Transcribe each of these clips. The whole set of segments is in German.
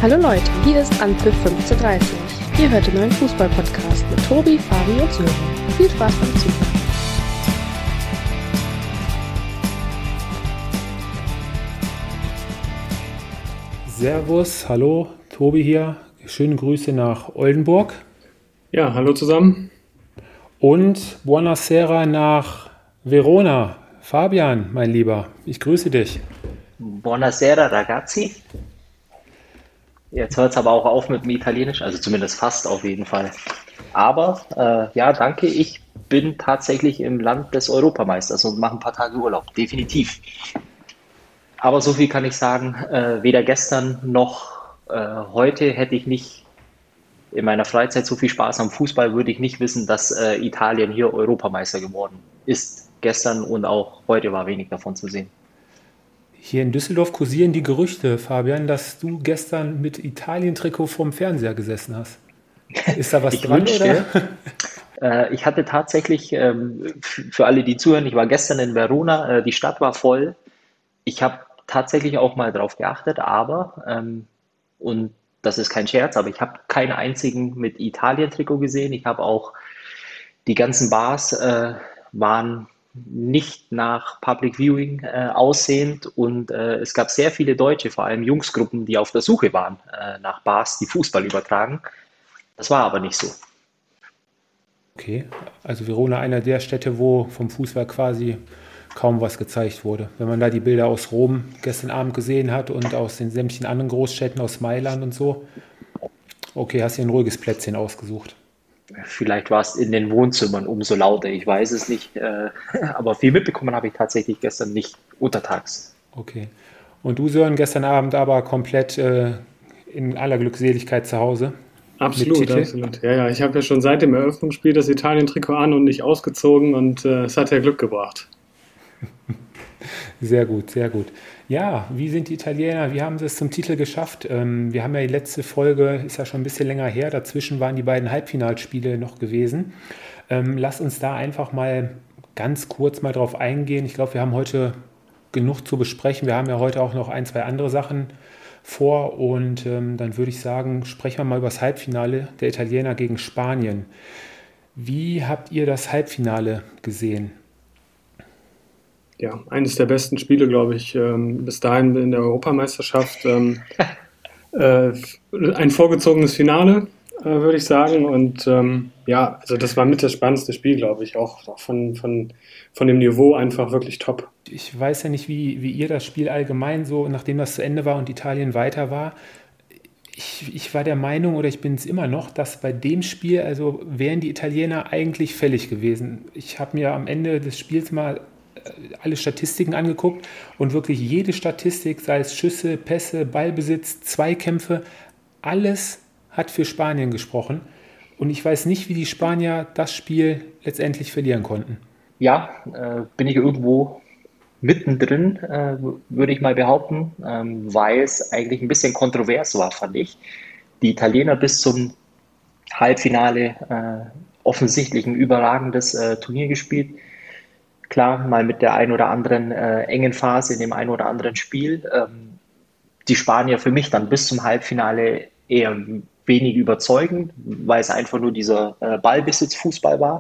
Hallo Leute, hier ist Anpfiff 15:30. Ihr hört den neuen Fußball-Podcast mit Tobi, Fabi und Sören. Viel Spaß beim Zuhören. Servus, hallo, Tobi hier. Schöne Grüße nach Oldenburg. Ja, hallo zusammen. Und buonasera nach Verona. Fabian, mein Lieber, ich grüße dich. Buonasera ragazzi. Jetzt hört es aber auch auf mit dem Italienisch, also zumindest fast auf jeden Fall. Aber ja, danke, ich bin tatsächlich im Land des Europameisters und mache ein paar Tage Urlaub, definitiv. Aber so viel kann ich sagen, weder gestern noch heute hätte ich nicht in meiner Freizeit so viel Spaß am Fußball, würde ich nicht wissen, dass Italien hier Europameister geworden ist. Gestern und auch heute war wenig davon zu sehen. Hier in Düsseldorf kursieren die Gerüchte, Fabian, dass du gestern mit Italien-Trikot vorm Fernseher gesessen hast. Ist da was Ich dran, wünschte, oder? ich hatte tatsächlich, für alle, die zuhören, ich war gestern in Verona, die Stadt war voll. Ich habe tatsächlich auch mal drauf geachtet, aber, und das ist kein Scherz, aber ich habe keinen einzigen mit Italien-Trikot gesehen. Ich habe auch die ganzen Bars waren nicht nach Public Viewing aussehend und es gab sehr viele Deutsche, vor allem Jungsgruppen, die auf der Suche waren nach Bars, die Fußball übertragen. Das war aber nicht so. Okay, also Verona, einer der Städte, wo vom Fußball quasi kaum was gezeigt wurde. Wenn man da die Bilder aus Rom gestern Abend gesehen hat und aus den sämtlichen anderen Großstädten, aus Mailand und so. Okay, hast dir ein ruhiges Plätzchen ausgesucht. Vielleicht war es in den Wohnzimmern umso lauter, ich weiß es nicht. Aber viel mitbekommen habe ich tatsächlich gestern nicht untertags. Okay. Und du, Sören, gestern Abend aber komplett in aller Glückseligkeit zu Hause mit Absolut, Titel. absolut. Ja, ich habe ja schon seit dem Eröffnungsspiel das Italien-Trikot an und nicht ausgezogen und es hat ja Glück gebracht. Sehr gut, sehr gut. Ja, wie sind die Italiener? Wie haben sie es zum Titel geschafft? Wir haben ja die letzte Folge, ist ja schon ein bisschen länger her, dazwischen waren die beiden Halbfinalspiele noch gewesen. Lass uns da einfach mal ganz kurz mal drauf eingehen. Ich glaube, wir haben heute genug zu besprechen. Wir haben ja heute auch noch ein, zwei andere Sachen vor und dann würde ich sagen, sprechen wir mal über das Halbfinale der Italiener gegen Spanien. Wie habt ihr das Halbfinale gesehen? Ja, eines der besten Spiele, glaube ich, bis dahin in der Europameisterschaft. Ein vorgezogenes Finale, würde ich sagen. Und ja, also das war mit das spannendste Spiel, glaube ich, auch von dem Niveau einfach wirklich top. Ich weiß ja nicht, wie ihr das Spiel allgemein so, nachdem das zu Ende war und Italien weiter war. Ich war der Meinung, oder ich bin es immer noch, dass bei dem Spiel, also wären die Italiener eigentlich fällig gewesen. Ich habe mir am Ende des Spiels mal alle Statistiken angeguckt und wirklich jede Statistik, sei es Schüsse, Pässe, Ballbesitz, Zweikämpfe, alles hat für Spanien gesprochen. Und ich weiß nicht, wie die Spanier das Spiel letztendlich verlieren konnten. Ja, bin ich irgendwo mittendrin, würde ich mal behaupten, weil es eigentlich ein bisschen kontrovers war, fand ich. Die Italiener bis zum Halbfinale offensichtlich ein überragendes Turnier gespielt. Klar, mal mit der ein oder anderen engen Phase in dem ein oder anderen Spiel. Die Spanier für mich dann bis zum Halbfinale eher wenig überzeugend, weil es einfach nur dieser Ballbesitzfußball war.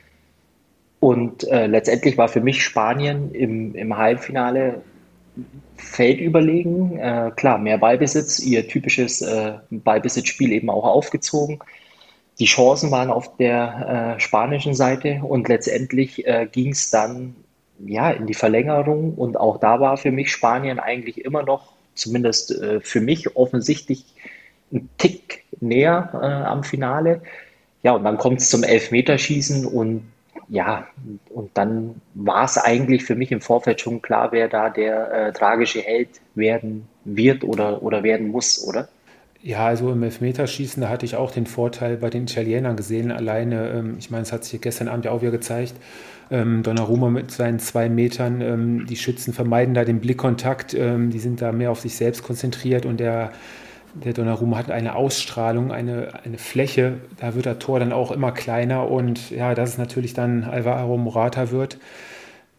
Und letztendlich war für mich Spanien im Halbfinale feldüberlegen. Klar, mehr Ballbesitz, ihr typisches Ballbesitzspiel eben auch aufgezogen. Die Chancen waren auf der spanischen Seite und letztendlich ging es dann ja in die Verlängerung und auch da war für mich Spanien eigentlich immer noch, zumindest für mich offensichtlich, ein Tick näher am Finale. Ja, und dann kommt es zum Elfmeterschießen und ja, und dann war es eigentlich für mich im Vorfeld schon klar, wer da der tragische Held werden wird oder werden muss, oder? Ja, also im Elfmeterschießen, da hatte ich auch den Vorteil bei den Italienern gesehen. Alleine, ich meine, es hat sich gestern Abend ja auch wieder gezeigt, Donnarumma mit seinen 2 Metern, die Schützen vermeiden da den Blickkontakt, die sind da mehr auf sich selbst konzentriert und der Donnarumma hat eine Ausstrahlung, eine Fläche, da wird das Tor dann auch immer kleiner und ja, dass es natürlich dann Alvaro Morata wird,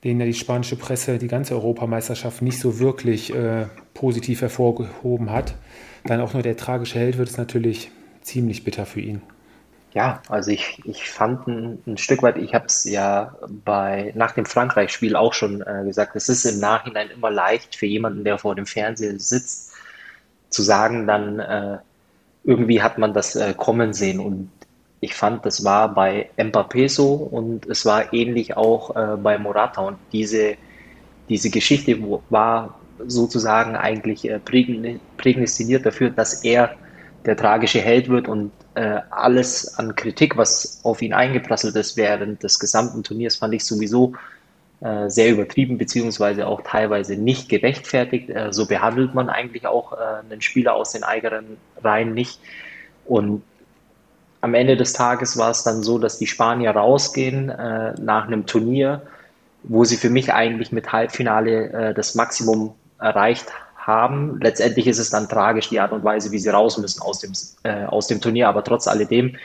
den ja die spanische Presse die ganze Europameisterschaft nicht so wirklich positiv hervorgehoben hat, dann auch nur der tragische Held wird, es natürlich ziemlich bitter für ihn. Ja, also ich fand ein Stück weit, ich habe es ja nach dem Frankreich-Spiel auch schon gesagt, es ist im Nachhinein immer leicht für jemanden, der vor dem Fernseher sitzt, zu sagen, dann irgendwie hat man das kommen sehen. Und ich fand, das war bei Mbappé so und es war ähnlich auch bei Morata. Und diese Geschichte war sozusagen eigentlich prädestiniert dafür, dass er der tragische Held wird und alles an Kritik, was auf ihn eingeprasselt ist während des gesamten Turniers, fand ich sowieso sehr übertrieben, beziehungsweise auch teilweise nicht gerechtfertigt. So behandelt man eigentlich auch einen Spieler aus den eigenen Reihen nicht. Und am Ende des Tages war es dann so, dass die Spanier rausgehen nach einem Turnier, wo sie für mich eigentlich mit Halbfinale das Maximum erreicht haben. Letztendlich ist es dann tragisch, die Art und Weise, wie sie raus müssen aus dem Turnier, aber trotz alledem,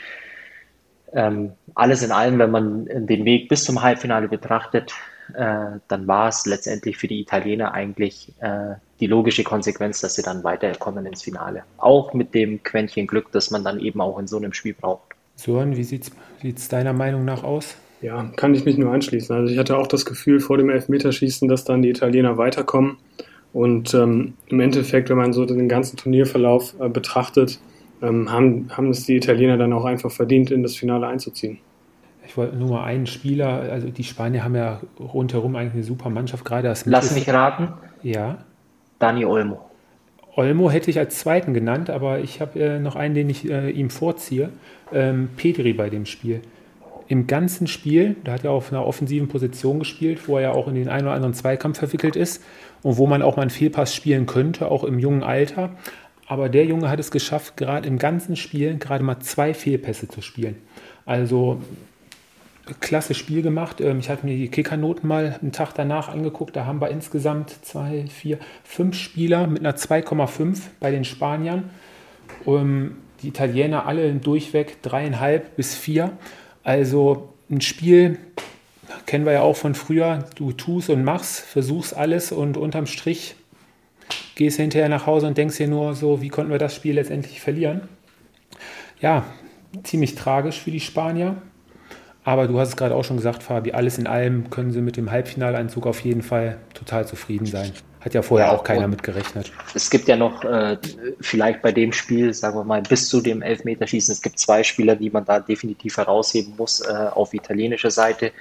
alles in allem, wenn man den Weg bis zum Halbfinale betrachtet, dann war es letztendlich für die Italiener eigentlich die logische Konsequenz, dass sie dann weiterkommen ins Finale. Auch mit dem Quäntchen Glück, das man dann eben auch in so einem Spiel braucht. Sören, wie sieht's deiner Meinung nach aus? Ja, kann ich mich nur anschließen. Also ich hatte auch das Gefühl vor dem Elfmeterschießen, dass dann die Italiener weiterkommen. Und im Endeffekt, wenn man so den ganzen Turnierverlauf betrachtet, haben es die Italiener dann auch einfach verdient, in das Finale einzuziehen. Ich wollte nur mal einen Spieler, also die Spanier haben ja rundherum eigentlich eine super Mannschaft, gerade das Lass mich raten, Ja, Dani Olmo. Olmo hätte ich als zweiten genannt, aber ich habe noch einen, den ich ihm vorziehe. Pedri bei dem Spiel. Im ganzen Spiel, da hat er auf einer offensiven Position gespielt, wo er ja auch in den einen oder anderen Zweikampf verwickelt ist und wo man auch mal einen Fehlpass spielen könnte, auch im jungen Alter. Aber der Junge hat es geschafft, gerade im ganzen Spiel gerade mal 2 Fehlpässe zu spielen. Also klasse Spiel gemacht. Ich hatte mir die Kickernoten mal einen Tag danach angeguckt. Da haben wir insgesamt 2, 4, 5 Spieler mit einer 2,5 bei den Spaniern. Die Italiener alle durchweg 3,5 bis 4. Also ein Spiel, kennen wir ja auch von früher, du tust und machst, versuchst alles und unterm Strich gehst hinterher nach Hause und denkst dir nur so, wie konnten wir das Spiel letztendlich verlieren? Ja, ziemlich tragisch für die Spanier. Aber du hast es gerade auch schon gesagt, Fabi, alles in allem können sie mit dem Halbfinaleinzug auf jeden Fall total zufrieden sein. Hat ja vorher auch keiner mit gerechnet. Es gibt ja noch vielleicht bei dem Spiel, sagen wir mal, bis zu dem Elfmeterschießen, es gibt 2 Spieler, die man da definitiv herausheben muss auf italienischer Seite.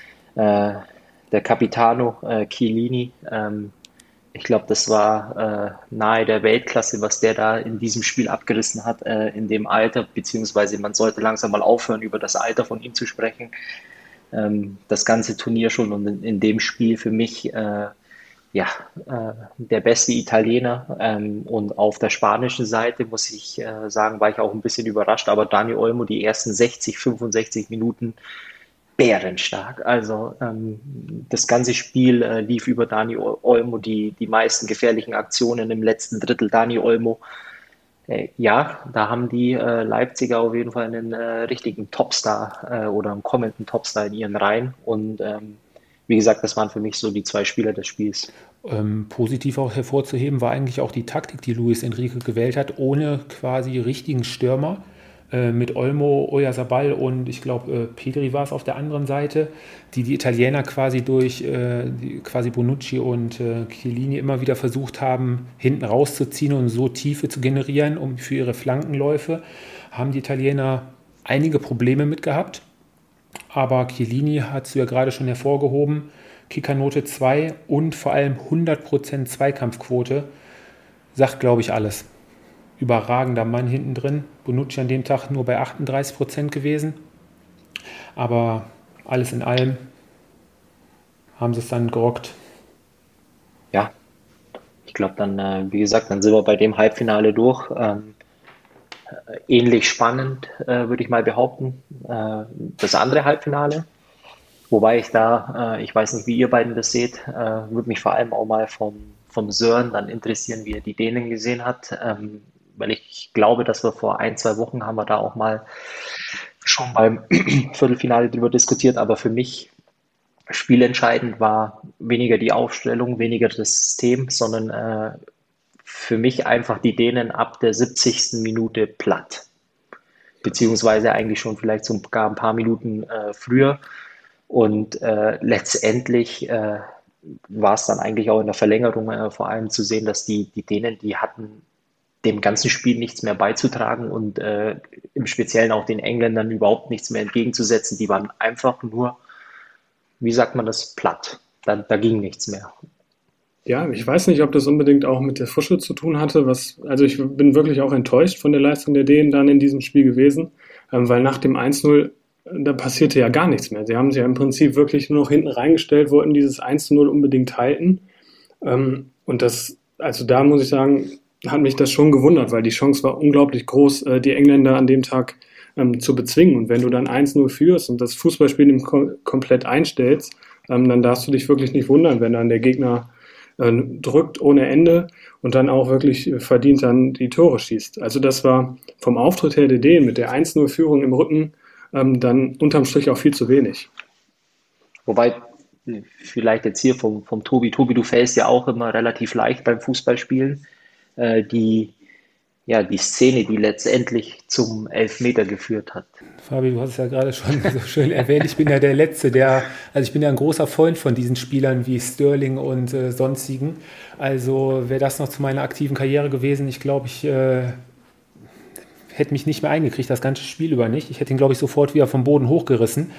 Der Capitano Chiellini, ich glaube, das war nahe der Weltklasse, was der da in diesem Spiel abgerissen hat, in dem Alter, beziehungsweise man sollte langsam mal aufhören, über das Alter von ihm zu sprechen. Das ganze Turnier schon und in dem Spiel für mich der beste Italiener. Und auf der spanischen Seite, muss ich sagen, war ich auch ein bisschen überrascht, aber Dani Olmo die ersten 60, 65 Minuten bärenstark. Also das ganze Spiel lief über Dani Olmo, die meisten gefährlichen Aktionen im letzten Drittel Dani Olmo. Da haben die Leipziger auf jeden Fall einen richtigen Topstar oder einen kommenden Topstar in ihren Reihen. Und wie gesagt, das waren für mich so die 2 Spieler des Spiels. Positiv auch hervorzuheben war eigentlich auch die Taktik, die Luis Enrique gewählt hat, ohne quasi richtigen Stürmer. Mit Olmo, Oyarzabal und ich glaube Pedri war es auf der anderen Seite, die Italiener quasi durch quasi Bonucci und Chiellini immer wieder versucht haben, hinten rauszuziehen und so Tiefe zu generieren, um für ihre Flankenläufe, haben die Italiener einige Probleme mit gehabt. Aber Chiellini hat es ja gerade schon hervorgehoben, Kickernote 2 und vor allem 100% Zweikampfquote, sagt glaube ich alles. Überragender Mann hinten drin. Bonucci an dem Tag nur bei 38% gewesen. Aber alles in allem haben sie es dann gerockt. Ja, ich glaube dann, wie gesagt, dann sind wir bei dem Halbfinale durch. Ähnlich spannend, würde ich mal behaupten. Das andere Halbfinale, wobei ich weiß nicht, wie ihr beiden das seht, würde mich vor allem auch mal vom Sören dann interessieren, wie er die Dänen gesehen hat. Weil ich glaube, dass wir vor 1, 2 Wochen haben wir da auch mal schon beim Viertelfinale drüber diskutiert, aber für mich Spielentscheidend war weniger die Aufstellung, weniger das System, sondern für mich einfach die Dänen ab der 70. Minute platt. Beziehungsweise eigentlich schon vielleicht sogar ein paar Minuten früher. Und letztendlich war es dann eigentlich auch in der Verlängerung vor allem zu sehen, dass die Dänen, die hatten dem ganzen Spiel nichts mehr beizutragen und im Speziellen auch den Engländern überhaupt nichts mehr entgegenzusetzen. Die waren einfach nur, wie sagt man das, platt. Da ging nichts mehr. Ja, ich weiß nicht, ob das unbedingt auch mit der Frische zu tun hatte. Also ich bin wirklich auch enttäuscht von der Leistung der Dänen dann in diesem Spiel gewesen, weil nach dem 1:0, da passierte ja gar nichts mehr. Sie haben sich ja im Prinzip wirklich nur noch hinten reingestellt, wollten dieses 1:0 unbedingt halten. Und also da muss ich sagen, hat mich das schon gewundert, weil die Chance war unglaublich groß, die Engländer an dem Tag zu bezwingen. Und wenn du dann 1:0 führst und das Fußballspiel komplett einstellst, dann darfst du dich wirklich nicht wundern, wenn dann der Gegner drückt ohne Ende und dann auch wirklich verdient dann die Tore schießt. Also das war vom Auftritt her der Dänen mit der 1:0-Führung im Rücken dann unterm Strich auch viel zu wenig. Wobei, vielleicht jetzt hier vom Tobi. Tobi, du fällst ja auch immer relativ leicht beim Fußballspielen. Die Szene, die letztendlich zum Elfmeter geführt hat. Fabi, du hast es ja gerade schon so schön erwähnt. Ich bin ja der Letzte, ich bin ja ein großer Freund von diesen Spielern wie Sterling und sonstigen. Also wäre das noch zu meiner aktiven Karriere gewesen, ich glaube, ich hätte mich nicht mehr eingekriegt, das ganze Spiel über nicht. Ich hätte ihn, glaube ich, sofort wieder vom Boden hochgerissen.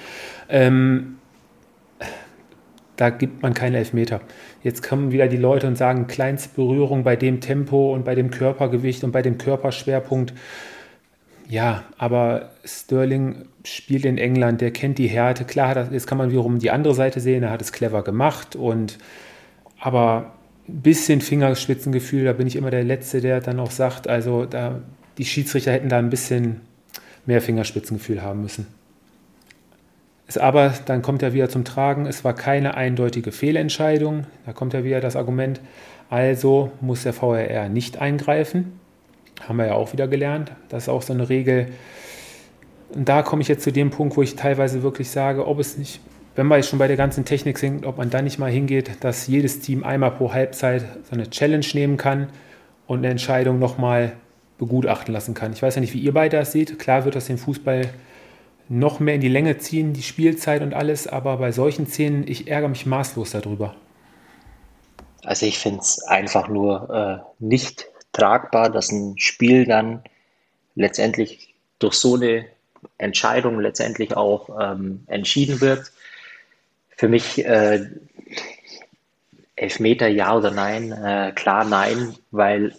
Da gibt man keine Elfmeter. Jetzt kommen wieder die Leute und sagen, kleinste Berührung bei dem Tempo und bei dem Körpergewicht und bei dem Körperschwerpunkt. Ja, aber Sterling spielt in England, der kennt die Härte. Klar, jetzt kann man wiederum die andere Seite sehen, er hat es clever gemacht. Aber ein bisschen Fingerspitzengefühl, da bin ich immer der Letzte, der dann auch sagt, also die Schiedsrichter hätten da ein bisschen mehr Fingerspitzengefühl haben müssen. Aber dann kommt er wieder zum Tragen, es war keine eindeutige Fehlentscheidung. Da kommt ja wieder das Argument, also muss der VAR nicht eingreifen. Haben wir ja auch wieder gelernt. Das ist auch so eine Regel. Und da komme ich jetzt zu dem Punkt, wo ich teilweise wirklich sage, ob es nicht, wenn wir jetzt schon bei der ganzen Technik sind, ob man da nicht mal hingeht, dass jedes Team einmal pro Halbzeit so eine Challenge nehmen kann und eine Entscheidung nochmal begutachten lassen kann. Ich weiß ja nicht, wie ihr beide das seht. Klar wird das den Fußball noch mehr in die Länge ziehen, die Spielzeit und alles, aber bei solchen Szenen, ich ärgere mich maßlos darüber. Also ich finde es einfach nur nicht tragbar, dass ein Spiel dann letztendlich durch so eine Entscheidung letztendlich auch entschieden wird. Für mich Elfmeter ja oder nein, klar nein, weil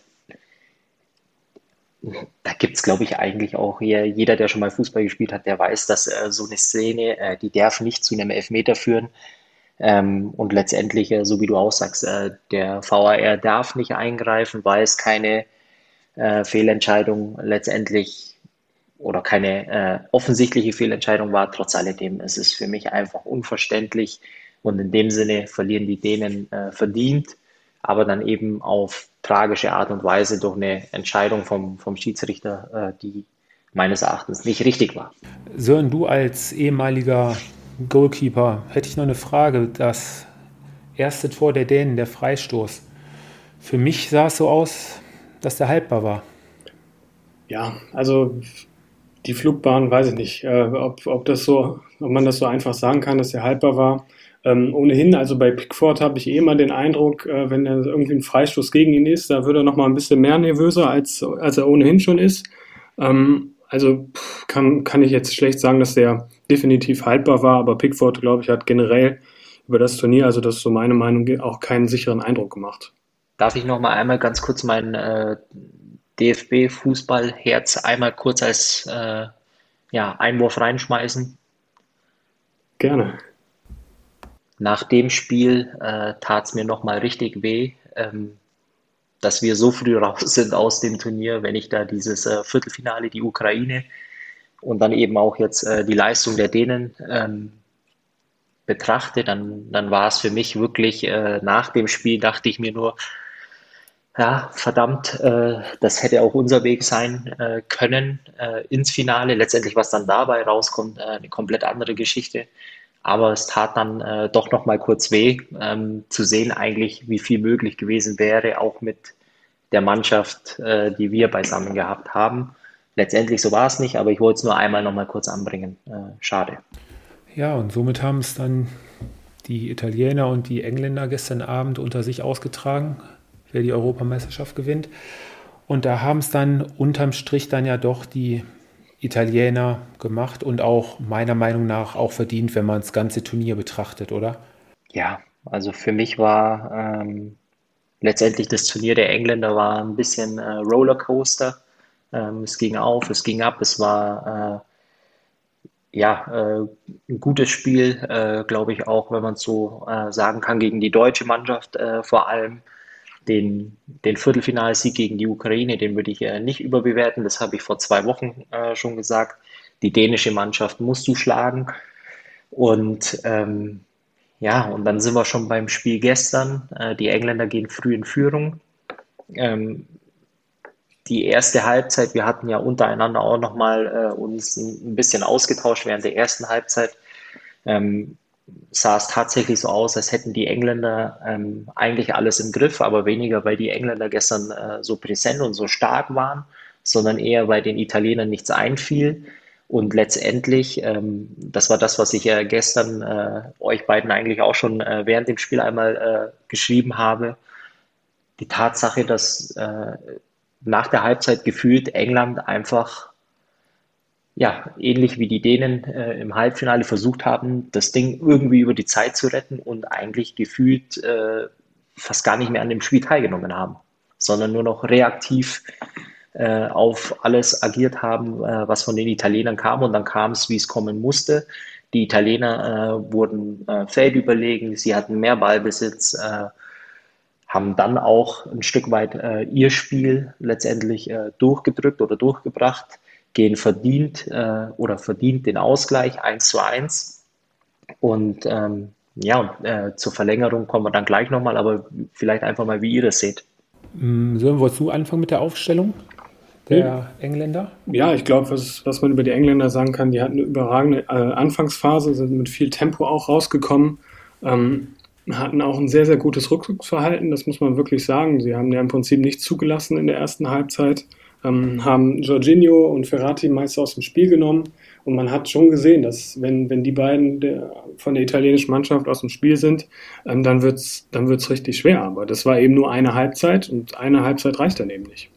da gibt es, glaube ich, eigentlich auch jeder, der schon mal Fußball gespielt hat, der weiß, dass so eine Szene, die darf nicht zu einem Elfmeter führen. Und letztendlich, so wie du auch sagst, der VAR darf nicht eingreifen, weil es keine Fehlentscheidung letztendlich oder keine offensichtliche Fehlentscheidung war. Trotz alledem, es ist für mich einfach unverständlich und in dem Sinne verlieren die Dänen verdient, aber dann eben auf tragische Art und Weise durch eine Entscheidung vom Schiedsrichter, die meines Erachtens nicht richtig war. Sören, du als ehemaliger Goalkeeper, hätte ich noch eine Frage. Das erste Tor der Dänen, der Freistoß. Für mich sah es so aus, dass der haltbar war. Ja, also die Flugbahn, weiß ich nicht, ob man das so einfach sagen kann, dass der haltbar war. Ohnehin, also bei Pickford habe ich immer den Eindruck, wenn er irgendwie ein Freistoß gegen ihn ist, da wird er nochmal ein bisschen mehr nervöser, als er ohnehin schon ist. Also kann ich jetzt schlecht sagen, dass der definitiv haltbar war, aber Pickford, glaube ich, hat generell über das Turnier, also das ist so meine Meinung, auch keinen sicheren Eindruck gemacht. Darf ich noch mal einmal ganz kurz mein DFB-Fußballherz einmal kurz als Einwurf reinschmeißen? Gerne. Nach dem Spiel tat es mir nochmal richtig weh, dass wir so früh raus sind aus dem Turnier, wenn ich da dieses Viertelfinale, die Ukraine und dann eben auch jetzt die Leistung der Dänen betrachte, dann war es für mich wirklich nach dem Spiel, dachte ich mir nur, ja, verdammt, das hätte auch unser Weg sein können ins Finale. Letztendlich, was dann dabei rauskommt, eine komplett andere Geschichte. Aber es tat dann doch noch mal kurz weh, zu sehen eigentlich, wie viel möglich gewesen wäre, auch mit der Mannschaft, die wir beisammen gehabt haben. Letztendlich so war es nicht, aber ich wollte es nur einmal noch mal kurz anbringen. Schade. Ja, und somit haben es dann die Italiener und die Engländer gestern Abend unter sich ausgetragen, wer die Europameisterschaft gewinnt. Und da haben es dann unterm Strich dann ja doch die Italiener gemacht und auch meiner Meinung nach auch verdient, wenn man das ganze Turnier betrachtet, oder? Ja, also für mich war letztendlich das Turnier der Engländer war ein bisschen Rollercoaster. Es ging auf, es ging ab, es war ein gutes Spiel, glaube ich auch, wenn man es so sagen kann, gegen die deutsche Mannschaft vor allem. Den Viertelfinalsieg gegen die Ukraine, den würde ich nicht überbewerten, das habe ich vor 2 Wochen schon gesagt. Die dänische Mannschaft musst du schlagen. Und und dann sind wir schon beim Spiel gestern. Die Engländer gehen früh in Führung. Ähm, die erste Halbzeit, wir hatten ja untereinander auch nochmal uns ein bisschen ausgetauscht während der ersten Halbzeit. Ähm, Sah es tatsächlich so aus, als hätten die Engländer eigentlich alles im Griff, aber weniger, weil die Engländer gestern so präsent und so stark waren, sondern eher, weil den Italienern nichts einfiel. Und letztendlich, das war das, was ich ja gestern euch beiden eigentlich auch schon während dem Spiel einmal geschrieben habe, die Tatsache, dass nach der Halbzeit gefühlt England einfach, ja, ähnlich wie die Dänen im Halbfinale versucht haben, das Ding irgendwie über die Zeit zu retten und eigentlich gefühlt fast gar nicht mehr an dem Spiel teilgenommen haben, sondern nur noch reaktiv auf alles agiert haben, was von den Italienern kam. Und dann kam es, wie es kommen musste. Die Italiener wurden feldüberlegen, sie hatten mehr Ballbesitz, haben dann auch ein Stück weit ihr Spiel letztendlich durchgedrückt oder durchgebracht, gehen verdient den Ausgleich 1:1. Und zur Verlängerung kommen wir dann gleich nochmal, aber vielleicht einfach mal, wie ihr das seht. Wolltest du anfangen mit der Aufstellung der Engländer? Ja, ich glaube, was man über die Engländer sagen kann, die hatten eine überragende Anfangsphase, sind mit viel Tempo auch rausgekommen, hatten auch ein sehr, sehr gutes Rückzugsverhalten, das muss man wirklich sagen. Sie haben ja im Prinzip nichts zugelassen in der ersten Halbzeit, haben Jorginho und Verratti meist aus dem Spiel genommen und man hat schon gesehen, dass wenn die beiden von der italienischen Mannschaft aus dem Spiel sind, dann wird's richtig schwer. Aber das war eben nur eine Halbzeit und eine Halbzeit reicht dann eben nicht.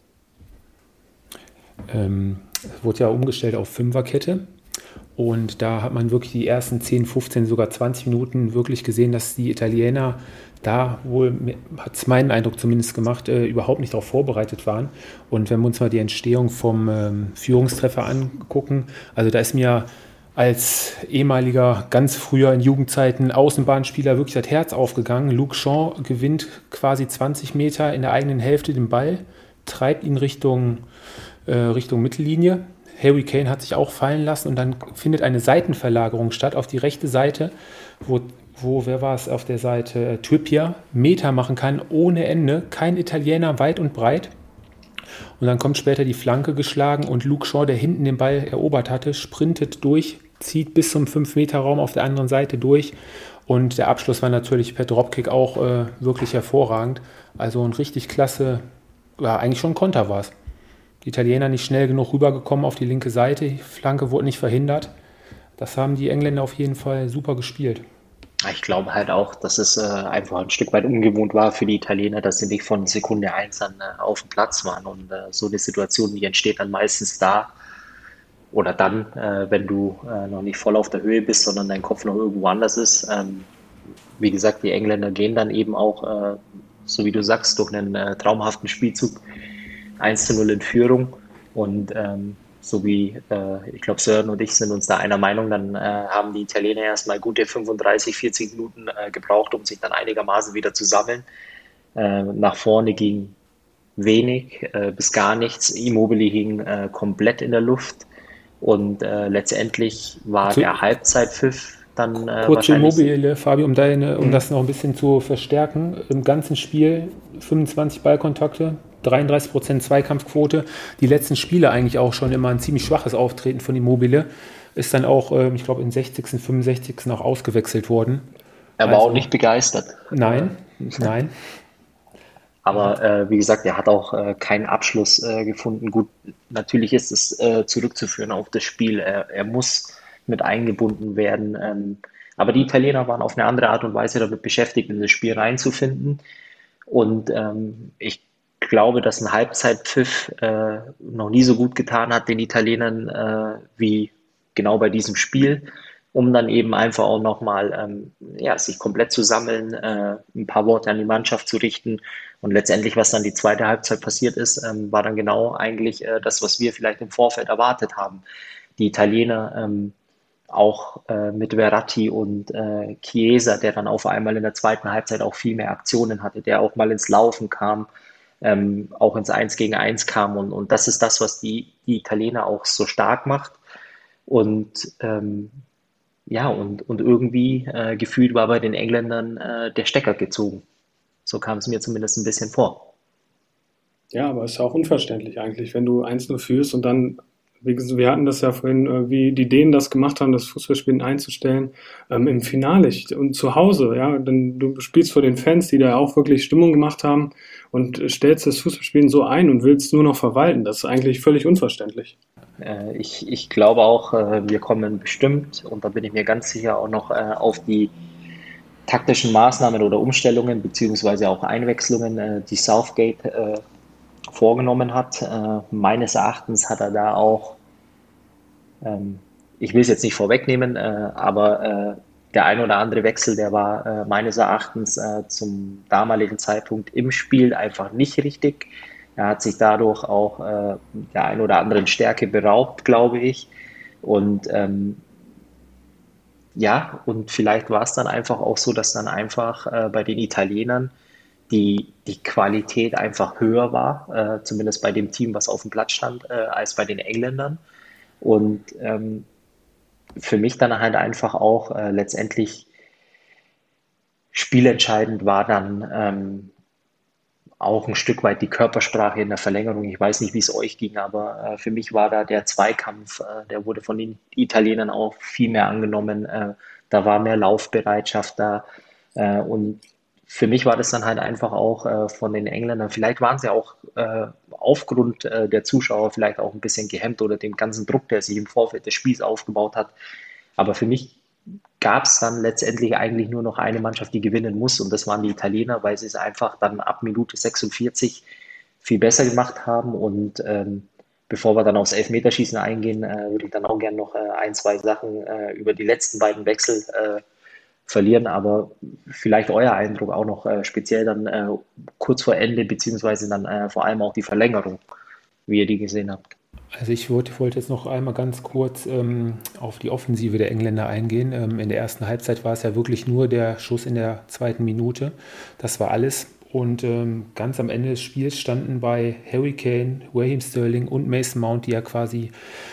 Wurde ja umgestellt auf Fünferkette und da hat man wirklich die ersten 10, 15, sogar 20 Minuten wirklich gesehen, dass die Italiener da wohl, hat es meinen Eindruck zumindest gemacht, überhaupt nicht darauf vorbereitet waren. Und wenn wir uns mal die Entstehung vom Führungstreffer angucken, also da ist mir als ehemaliger, ganz früher in Jugendzeiten Außenbahnspieler wirklich das Herz aufgegangen. Luke Shaw gewinnt quasi 20 Meter in der eigenen Hälfte den Ball, treibt ihn Richtung Mittellinie. Harry Kane hat sich auch fallen lassen und dann findet eine Seitenverlagerung statt auf die rechte Seite, wer war es auf der Seite? Trippier Meter machen kann ohne Ende, kein Italiener weit und breit. Und dann kommt später die Flanke geschlagen und Luke Shaw, der hinten den Ball erobert hatte, sprintet durch, zieht bis zum 5-Meter-Raum auf der anderen Seite durch. Und der Abschluss war natürlich per Dropkick auch wirklich hervorragend. Also ein richtig klasse, ja, eigentlich schon ein Konter war es. Die Italiener nicht schnell genug rübergekommen auf die linke Seite, die Flanke wurde nicht verhindert. Das haben die Engländer auf jeden Fall super gespielt. Ich glaube halt auch, dass es einfach ein Stück weit ungewohnt war für die Italiener, dass sie nicht von Sekunde 1 an auf dem Platz waren. Und so eine Situation, die entsteht dann meistens da oder dann, wenn du noch nicht voll auf der Höhe bist, sondern dein Kopf noch irgendwo anders ist. Wie gesagt, die Engländer gehen dann eben auch, so wie du sagst, durch einen traumhaften Spielzug 1:0 in Führung. Und so wie, ich glaube, Sören und ich sind uns da einer Meinung, dann haben die Italiener erstmal gute 35, 40 Minuten gebraucht, um sich dann einigermaßen wieder zu sammeln. Nach vorne ging wenig bis gar nichts. Immobile hing komplett in der Luft und letztendlich war der Halbzeitpfiff dann kurze Immobile, Fabio, um das noch ein bisschen zu verstärken. Im ganzen Spiel 25 Ballkontakte, 33% Zweikampfquote. Die letzten Spiele eigentlich auch schon immer ein ziemlich schwaches Auftreten von Immobile. ist dann auch, ich glaube, in 60., 65. auch ausgewechselt worden. Er war auch nicht begeistert. Nein, nein. Aber wie gesagt, er hat auch keinen Abschluss gefunden. Gut, natürlich ist es zurückzuführen auf das Spiel. Er muss mit eingebunden werden. Aber die Italiener waren auf eine andere Art und Weise damit beschäftigt, in das Spiel reinzufinden. Und ich glaube, dass ein Halbzeitpfiff noch nie so gut getan hat den Italienern wie genau bei diesem Spiel, um dann eben einfach auch nochmal ja, sich komplett zu sammeln, ein paar Worte an die Mannschaft zu richten. Und letztendlich, was dann die zweite Halbzeit passiert ist, war dann genau eigentlich das, was wir vielleicht im Vorfeld erwartet haben. Die Italiener auch mit Verratti und Chiesa, der dann auf einmal in der zweiten Halbzeit auch viel mehr Aktionen hatte, der auch mal ins Laufen kam, auch ins 1 gegen 1 kam. Und das ist das, was die Italiener auch so stark macht. Und ja, und irgendwie gefühlt war bei den Engländern der Stecker gezogen. So kam es mir zumindest ein bisschen vor. Ja, aber ist ja auch unverständlich eigentlich, wenn du 1-0 führst und dann, wie gesagt, wir hatten das ja vorhin, wie die Dänen das gemacht haben, das Fußballspielen einzustellen, im Finale und zu Hause, ja, denn du spielst vor den Fans, die da auch wirklich Stimmung gemacht haben und stellst das Fußballspielen so ein und willst nur noch verwalten. Das ist eigentlich völlig unverständlich. Ich glaube auch, wir kommen bestimmt, und da bin ich mir ganz sicher, auch noch auf die taktischen Maßnahmen oder Umstellungen beziehungsweise auch Einwechslungen, die Southgate vorgenommen hat. Meines Erachtens hat er da auch, ich will es jetzt nicht vorwegnehmen, aber der ein oder andere Wechsel, der war meines Erachtens zum damaligen Zeitpunkt im Spiel einfach nicht richtig. Er hat sich dadurch auch der ein oder anderen Stärke beraubt, glaube ich. Und ja, und vielleicht war es dann einfach auch so, dass dann einfach bei den Italienern die Qualität einfach höher war, zumindest bei dem Team, was auf dem Platz stand, als bei den Engländern. Und für mich dann halt einfach auch letztendlich spielentscheidend war dann auch ein Stück weit die Körpersprache in der Verlängerung. Ich weiß nicht, wie es euch ging, aber für mich war da der Zweikampf, der wurde von den Italienern auch viel mehr angenommen. Da war mehr Laufbereitschaft da. Und für mich war das dann halt einfach auch von den Engländern, vielleicht waren sie auch aufgrund der Zuschauer vielleicht auch ein bisschen gehemmt oder dem ganzen Druck, der sich im Vorfeld des Spiels aufgebaut hat. Aber für mich gab es dann letztendlich eigentlich nur noch eine Mannschaft, die gewinnen muss, und das waren die Italiener, weil sie es einfach dann ab Minute 46 viel besser gemacht haben. Und bevor wir dann aufs Elfmeterschießen eingehen, würde ich dann auch gerne noch ein, zwei Sachen über die letzten beiden Wechsel verlieren, aber vielleicht euer Eindruck auch noch speziell dann kurz vor Ende, beziehungsweise dann vor allem auch die Verlängerung, wie ihr die gesehen habt. Also ich wollte jetzt noch einmal ganz kurz auf die Offensive der Engländer eingehen. In der ersten Halbzeit war es ja wirklich nur der Schuss in der zweiten Minute. Das war alles. Und ganz am Ende des Spiels standen bei Harry Kane, Raheem Sterling und Mason Mount, die ja quasi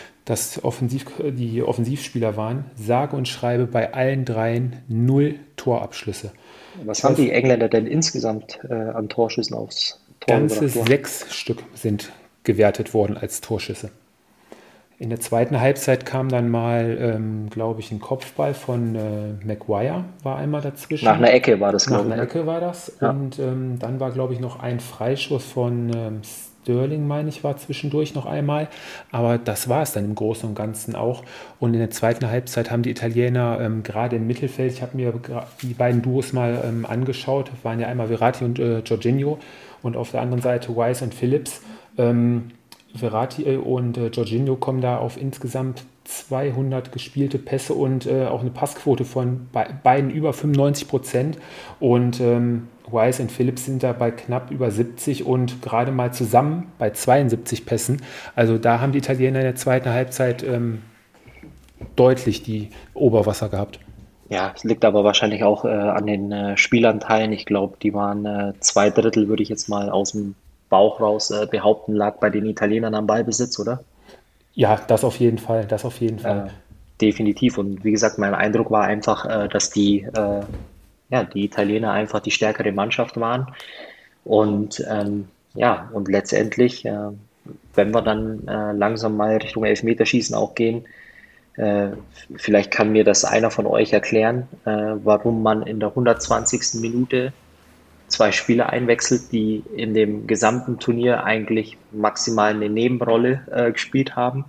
die Offensivspieler waren, sage und schreibe bei allen dreien 0 Torabschlüsse. Was haben die Engländer denn insgesamt an Torschüssen aufs Tor Ganze gebracht? 6 Stück sind gewertet worden als Torschüsse. In der zweiten Halbzeit kam dann mal, glaube ich, ein Kopfball von Maguire, war einmal dazwischen. Nach einer Ecke war das, Nach glaube ich. einer Ne? Ecke war das. Ja. Und dann war, glaube ich, noch ein Freischuss von Sterling, meine ich, war zwischendurch noch einmal. Aber das war es dann im Großen und Ganzen auch. Und in der zweiten Halbzeit haben die Italiener gerade im Mittelfeld, ich habe mir die beiden Duos mal angeschaut, waren ja einmal Verratti und Jorginho und auf der anderen Seite Wise und Phillips. Verratti und Jorginho kommen da auf insgesamt 200 gespielte Pässe und auch eine Passquote von beiden über 95%. Und Wise und Phillips sind da bei knapp über 70 und gerade mal zusammen bei 72 Pässen. Also da haben die Italiener in der zweiten Halbzeit deutlich die Oberwasser gehabt. Ja, es liegt aber wahrscheinlich auch an den Spielanteilen. Ich glaube, die waren 2/3, würde ich jetzt mal aus dem Bauch raus behaupten, lag bei den Italienern am Ballbesitz, oder? Ja, das auf jeden Fall, Definitiv. Und wie gesagt, mein Eindruck war einfach, dass die Italiener einfach die stärkere Mannschaft waren. Und und letztendlich, wenn wir dann langsam mal Richtung Elfmeterschießen auch gehen, Äh, Vielleicht kann mir das einer von euch erklären, warum man in der 120. Minute zwei Spieler einwechselt, die in dem gesamten Turnier eigentlich maximal eine Nebenrolle gespielt haben,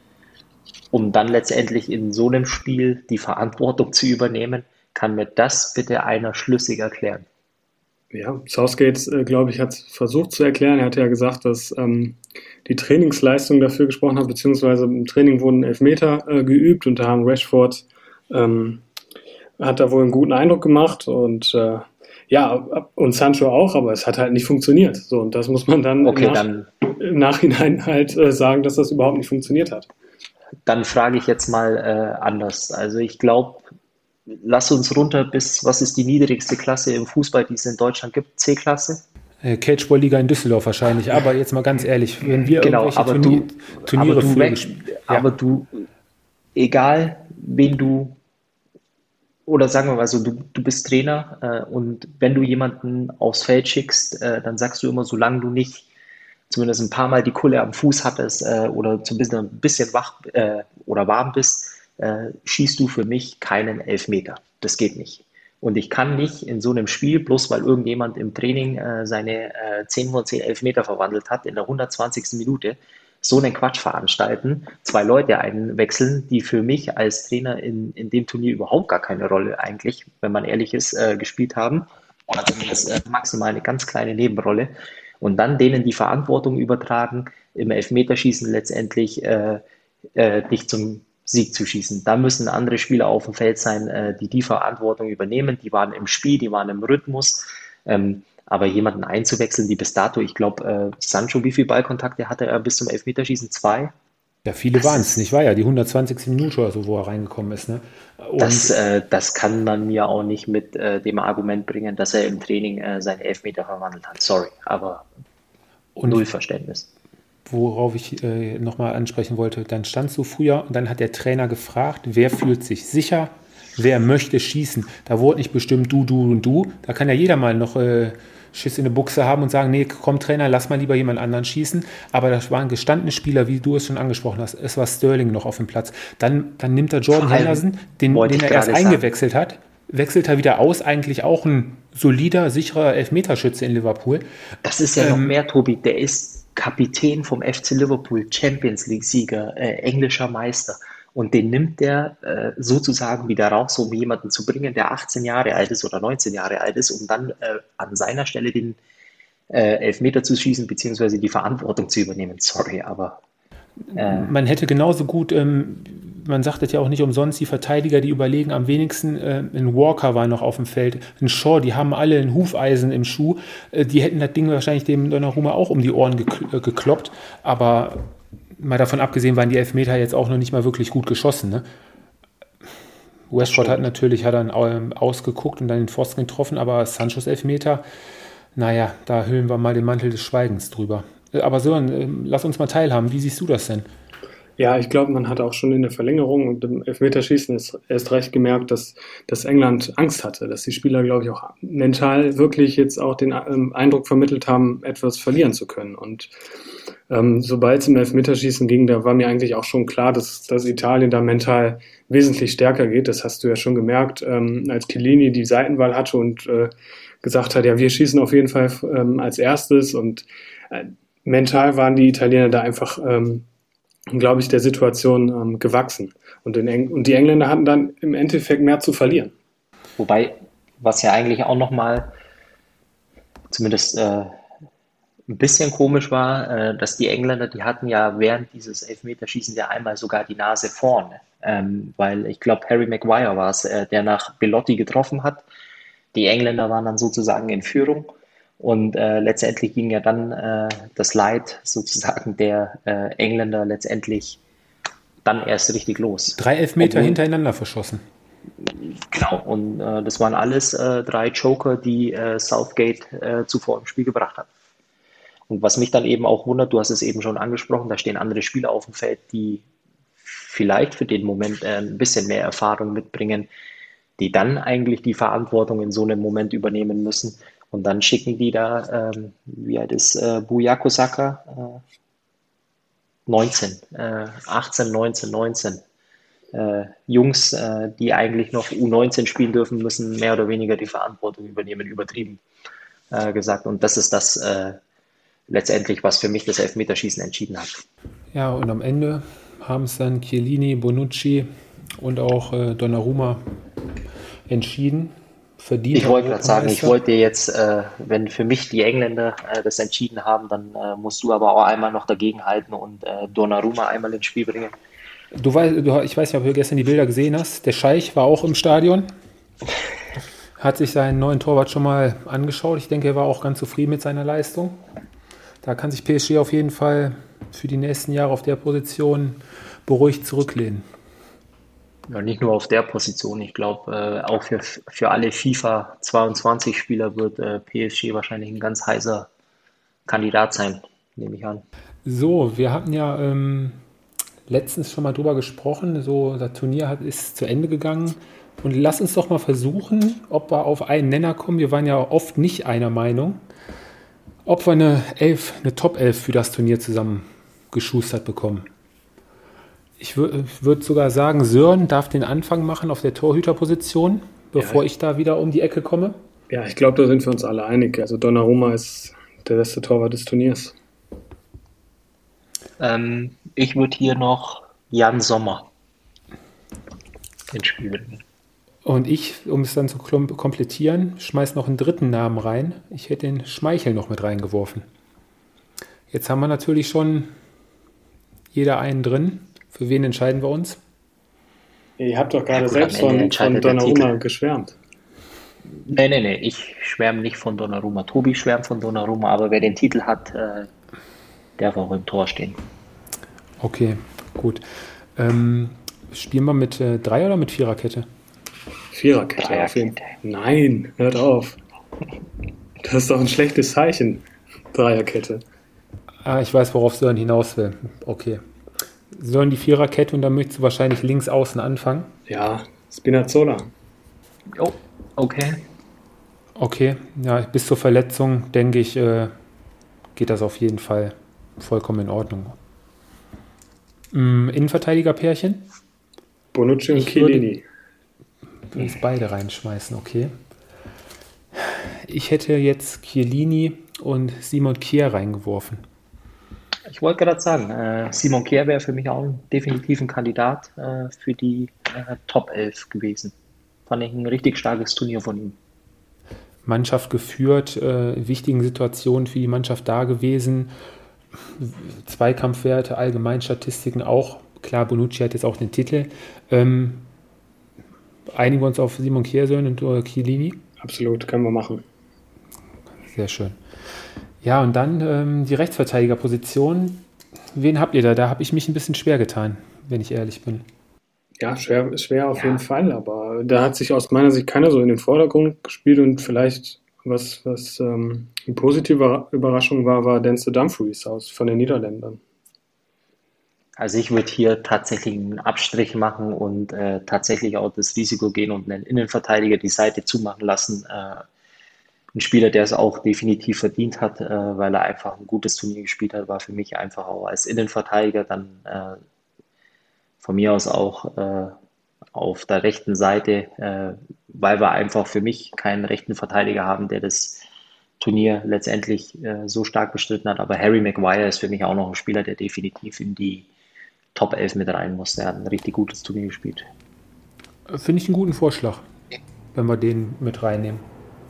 um dann letztendlich in so einem Spiel die Verantwortung zu übernehmen. Kann mir das bitte einer schlüssig erklären? Ja, Southgate, glaube ich, hat versucht zu erklären. Er hat ja gesagt, dass die Trainingsleistung dafür gesprochen hat, beziehungsweise im Training wurden Elfmeter geübt und da haben Rashford hat da wohl einen guten Eindruck gemacht und ja, und Sancho auch, aber es hat halt nicht funktioniert. So, und das muss man dann Okay, dann, im Nachhinein halt sagen, dass das überhaupt nicht funktioniert hat. dann frage ich jetzt mal anders. Also ich glaube, lass uns runter bis, was ist die niedrigste Klasse im Fußball, die es in Deutschland gibt? C-Klasse? Catchball-Liga in Düsseldorf wahrscheinlich. Aber jetzt mal ganz ehrlich, wenn wir Genau, irgendwelche aber Turniere du, früher weg- gespielt aber du, egal wen du, oder sagen wir mal so, du bist Trainer und wenn du jemanden aufs Feld schickst, dann sagst du immer, solange du nicht zumindest ein paar Mal die Kulle am Fuß hattest oder zumindest ein bisschen wach oder warm bist, schießt du für mich keinen Elfmeter. Das geht nicht. Und ich kann nicht in so einem Spiel, bloß weil irgendjemand im Training seine 10 von 10 Elfmeter verwandelt hat, in der 120. Minute, so einen Quatsch veranstalten, zwei Leute einwechseln, die für mich als Trainer in dem Turnier überhaupt gar keine Rolle eigentlich, wenn man ehrlich ist, gespielt haben. Oder zumindest maximal eine ganz kleine Nebenrolle. Und dann denen die Verantwortung übertragen, im Elfmeterschießen letztendlich nicht zum Sieg zu schießen. Da müssen andere Spieler auf dem Feld sein, die Verantwortung übernehmen. Die waren im Spiel, die waren im Rhythmus. Aber jemanden einzuwechseln, die bis dato, ich glaube, Sancho, wie viele Ballkontakte hatte er bis zum Elfmeterschießen? Zwei? Ja, viele Das waren es, nicht ist, wahr? Ja, die 120. Minute oder so, wo er reingekommen ist. Ne? das, Und, das kann man mir auch nicht mit dem Argument bringen, dass er im Training seine Elfmeter verwandelt hat. Sorry, aber und null Verständnis. worauf ich nochmal ansprechen wollte, dann standst du früher und dann hat der Trainer gefragt, wer fühlt sich sicher, wer möchte schießen. Da wurde nicht bestimmt du und du. Da kann ja jeder mal noch Schiss in der Buchse haben und sagen, nee, komm Trainer, lass mal lieber jemand anderen schießen. Aber das waren gestandene Spieler, wie du es schon angesprochen hast. Es war Sterling noch auf dem Platz. Dann nimmt er Vor Jordan allem Henderson, den wollte ich er erst gerade sagen, eingewechselt hat, wechselt er wieder aus, eigentlich auch ein solider, sicherer Elfmeterschütze in Liverpool. das ist ja noch mehr, Tobi. Der ist Kapitän vom FC Liverpool, Champions League-Sieger, englischer Meister. Und den nimmt der sozusagen wieder raus, um jemanden zu bringen, der 18 Jahre alt ist oder 19 Jahre alt ist, um dann an seiner Stelle den Elfmeter zu schießen, beziehungsweise die Verantwortung zu übernehmen. Sorry, aber äh, Man hätte genauso gut, man sagt es ja auch nicht umsonst, die Verteidiger, die überlegen am wenigsten, ein Walker war noch auf dem Feld, ein Shaw, die haben alle ein Hufeisen im Schuh, die hätten das Ding wahrscheinlich dem Donnarumma auch um die Ohren gekloppt, aber mal davon abgesehen waren die Elfmeter jetzt auch noch nicht mal wirklich gut geschossen. Ne? das Rashford stimmt. hat dann ausgeguckt und dann den Pfosten getroffen, aber Sanchos Elfmeter, naja, da hüllen wir mal den Mantel des Schweigens drüber. Aber Sören, lass uns mal teilhaben, wie siehst du das denn? Ja, ich glaube, man hat auch schon in der Verlängerung und im Elfmeterschießen erst recht gemerkt, dass England Angst hatte, dass die Spieler, glaube ich, auch mental wirklich jetzt auch den Eindruck vermittelt haben, etwas verlieren zu können. Und sobald es im Elfmeterschießen ging, da war mir eigentlich auch schon klar, dass Italien da mental wesentlich stärker geht. Das hast du ja schon gemerkt, als Chiellini die Seitenwahl hatte und gesagt hat, ja, wir schießen auf jeden Fall als erstes. Und mental waren die Italiener da einfach glaube ich, der Situation gewachsen. Und die Engländer hatten dann im Endeffekt mehr zu verlieren. Wobei, was ja eigentlich auch nochmal zumindest ein bisschen komisch war, dass die Engländer, die hatten ja während dieses Elfmeterschießens ja einmal sogar die Nase vorne. Weil ich glaube, Harry Maguire war es, der nach Belotti getroffen hat. Die Engländer waren dann sozusagen in Führung und letztendlich ging ja dann das Leid sozusagen der Engländer letztendlich dann erst richtig los. 3 Elfmeter Obwohl, hintereinander verschossen. genau, und das waren alles drei Joker, die Southgate zuvor im Spiel gebracht hat. Und was mich dann eben auch wundert, du hast es eben schon angesprochen, da stehen andere Spieler auf dem Feld, die vielleicht für den Moment ein bisschen mehr Erfahrung mitbringen, die dann eigentlich die Verantwortung in so einem Moment übernehmen müssen. Und dann schicken die da, wie alt ist Bukayo Saka? 19, 18, 19, 19. Jungs, die eigentlich noch U19 spielen dürfen, müssen mehr oder weniger die Verantwortung übernehmen, übertrieben gesagt. Und das ist das letztendlich, was für mich das Elfmeterschießen entschieden hat. Ja, und am Ende haben es dann Chiellini, Bonucci und auch Donnarumma entschieden. Verdient. Ich wollte gerade sagen, ich wollte jetzt, wenn für mich die Engländer das entschieden haben, dann musst du aber auch einmal noch dagegenhalten und Donnarumma einmal ins Spiel bringen. Ich weiß nicht, ob du gestern die Bilder gesehen hast. Der Scheich war auch im Stadion. Hat sich seinen neuen Torwart schon mal angeschaut. Ich denke, er war auch ganz zufrieden mit seiner Leistung. Da kann sich PSG auf jeden Fall für die nächsten Jahre auf der Position beruhigt zurücklehnen. Ja, nicht nur auf der Position. Ich glaube, auch für alle FIFA 22 Spieler wird PSG wahrscheinlich ein ganz heißer Kandidat sein, nehme ich an. So, wir hatten ja letztens schon mal drüber gesprochen. So, das Turnier ist zu Ende gegangen. Und lass uns doch mal versuchen, ob wir auf einen Nenner kommen. Wir waren ja oft nicht einer Meinung, ob wir eine Top 11 für das Turnier zusammengeschustert bekommen. Ich würde sogar sagen, Sören darf den Anfang machen auf der Torhüterposition, bevor ich da wieder um die Ecke komme. Ja, ich glaube, da sind wir uns alle einig. Also Donnarumma ist der beste Torwart des Turniers. Ich würde hier noch Jan Sommer ins Spiel bringen. Und ich, um es dann zu komplettieren, schmeiß noch einen dritten Namen rein. Ich hätte den Schmeichel noch mit reingeworfen. Jetzt haben wir natürlich schon jeder einen drin. Für wen entscheiden wir uns? Ihr habt doch gerade selbst von Donnarumma geschwärmt. Nee. Ich schwärme nicht von Donnarumma. Tobi schwärmt von Donnarumma, aber wer den Titel hat, darf auch im Tor stehen. Okay, gut. Spielen wir mit Dreier- oder mit Viererkette? Viererkette. Nein, hört auf. Das ist doch ein schlechtes Zeichen. Dreierkette. Ich weiß, worauf Sören hinaus will. Okay. Sören die Viererkette und dann möchtest du wahrscheinlich links außen anfangen? Ja, Spinazzola. Oh, okay. Okay, ja, bis zur Verletzung, denke ich, geht das auf jeden Fall vollkommen in Ordnung. Innenverteidiger-Pärchen? Bonucci und Chiellini. Will ich beide reinschmeißen, okay. Ich hätte jetzt Chiellini und Simon Kjær reingeworfen. Ich wollte gerade sagen, Simon Kjær wäre für mich auch definitiv ein Kandidat für die Top 11 gewesen. Fand ich ein richtig starkes Turnier von ihm. Mannschaft geführt, wichtigen Situationen für die Mannschaft da gewesen, Zweikampfwerte, Allgemeinstatistiken auch. Klar, Bonucci hat jetzt auch den Titel. Einigen wir uns auf Simon Kjær und Chiellini? Absolut, können wir machen. Sehr schön. Ja, und dann die Rechtsverteidigerposition. Wen habt ihr da? Da habe ich mich ein bisschen schwer getan, wenn ich ehrlich bin. Ja, schwer auf jeden Fall, aber da hat sich aus meiner Sicht keiner so in den Vordergrund gespielt und vielleicht was eine positive Überraschung war Denzel Dumfries von den Niederländern. Also ich würde hier tatsächlich einen Abstrich machen und tatsächlich auch das Risiko gehen und einen Innenverteidiger die Seite zumachen lassen. Ein Spieler, der es auch definitiv verdient hat, weil er einfach ein gutes Turnier gespielt hat, war für mich einfach auch als Innenverteidiger dann von mir aus auch auf der rechten Seite, weil wir einfach für mich keinen rechten Verteidiger haben, der das Turnier letztendlich so stark bestritten hat. Aber Harry Maguire ist für mich auch noch ein Spieler, der definitiv in die Top 11 mit rein muss. Der hat ein richtig gutes Turnier gespielt. Finde ich einen guten Vorschlag, wenn wir den mit reinnehmen.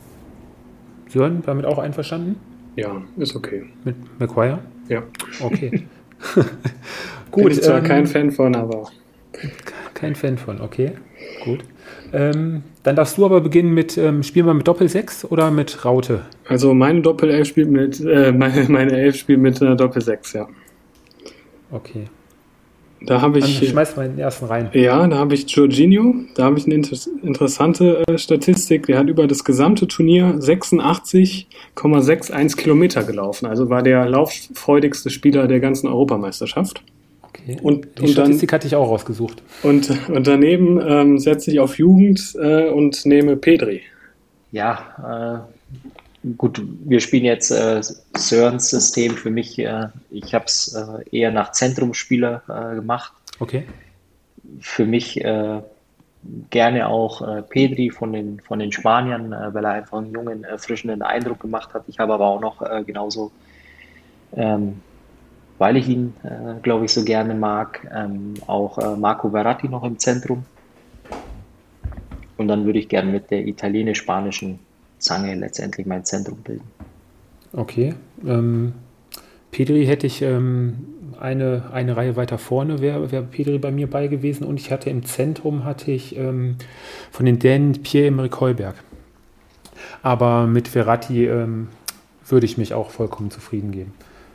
Sören, damit auch einverstanden? Ja, ist okay. Mit Maguire? Ja. Okay. Gut. Bin ich zwar kein Fan von, aber... Kein Fan von, okay. Gut. Dann darfst du aber beginnen mit, spielen wir mit Doppel-6 oder mit Raute? Also meine Doppel-11 spielt mit, meine Elf spielt mit einer Doppel-6, ja. Okay. Da habe ich... Dann schmeiß mal den ersten rein. Ja, da habe ich Jorginho. Da habe ich eine interessante Statistik. Der hat über das gesamte Turnier 86,61 Kilometer gelaufen. Also war der lauffreudigste Spieler der ganzen Europameisterschaft. Okay. Die Statistik hatte ich auch rausgesucht. Und daneben setze ich auf Jugend und nehme Pedri. Ja, gut, wir spielen jetzt Sörens System. Für mich, ich habe es eher nach Zentrumsspieler gemacht. Okay. für mich gerne auch Pedri von den Spaniern, weil er einfach einen jungen, erfrischenden Eindruck gemacht hat. Ich habe aber auch noch genauso, ähm, weil ich ihn, glaube ich, so gerne mag, auch Marco Verratti noch im Zentrum. Und dann würde ich gerne mit der italienisch-spanischen Zange letztendlich mein Zentrum bilden. Okay. Pedri hätte ich eine Reihe weiter vorne, wäre Pedri bei mir bei gewesen. Und ich hatte im Zentrum von den Dänen Pierre-Emerick Højbjerg. Aber mit Verratti würde ich mich auch vollkommen zufrieden geben.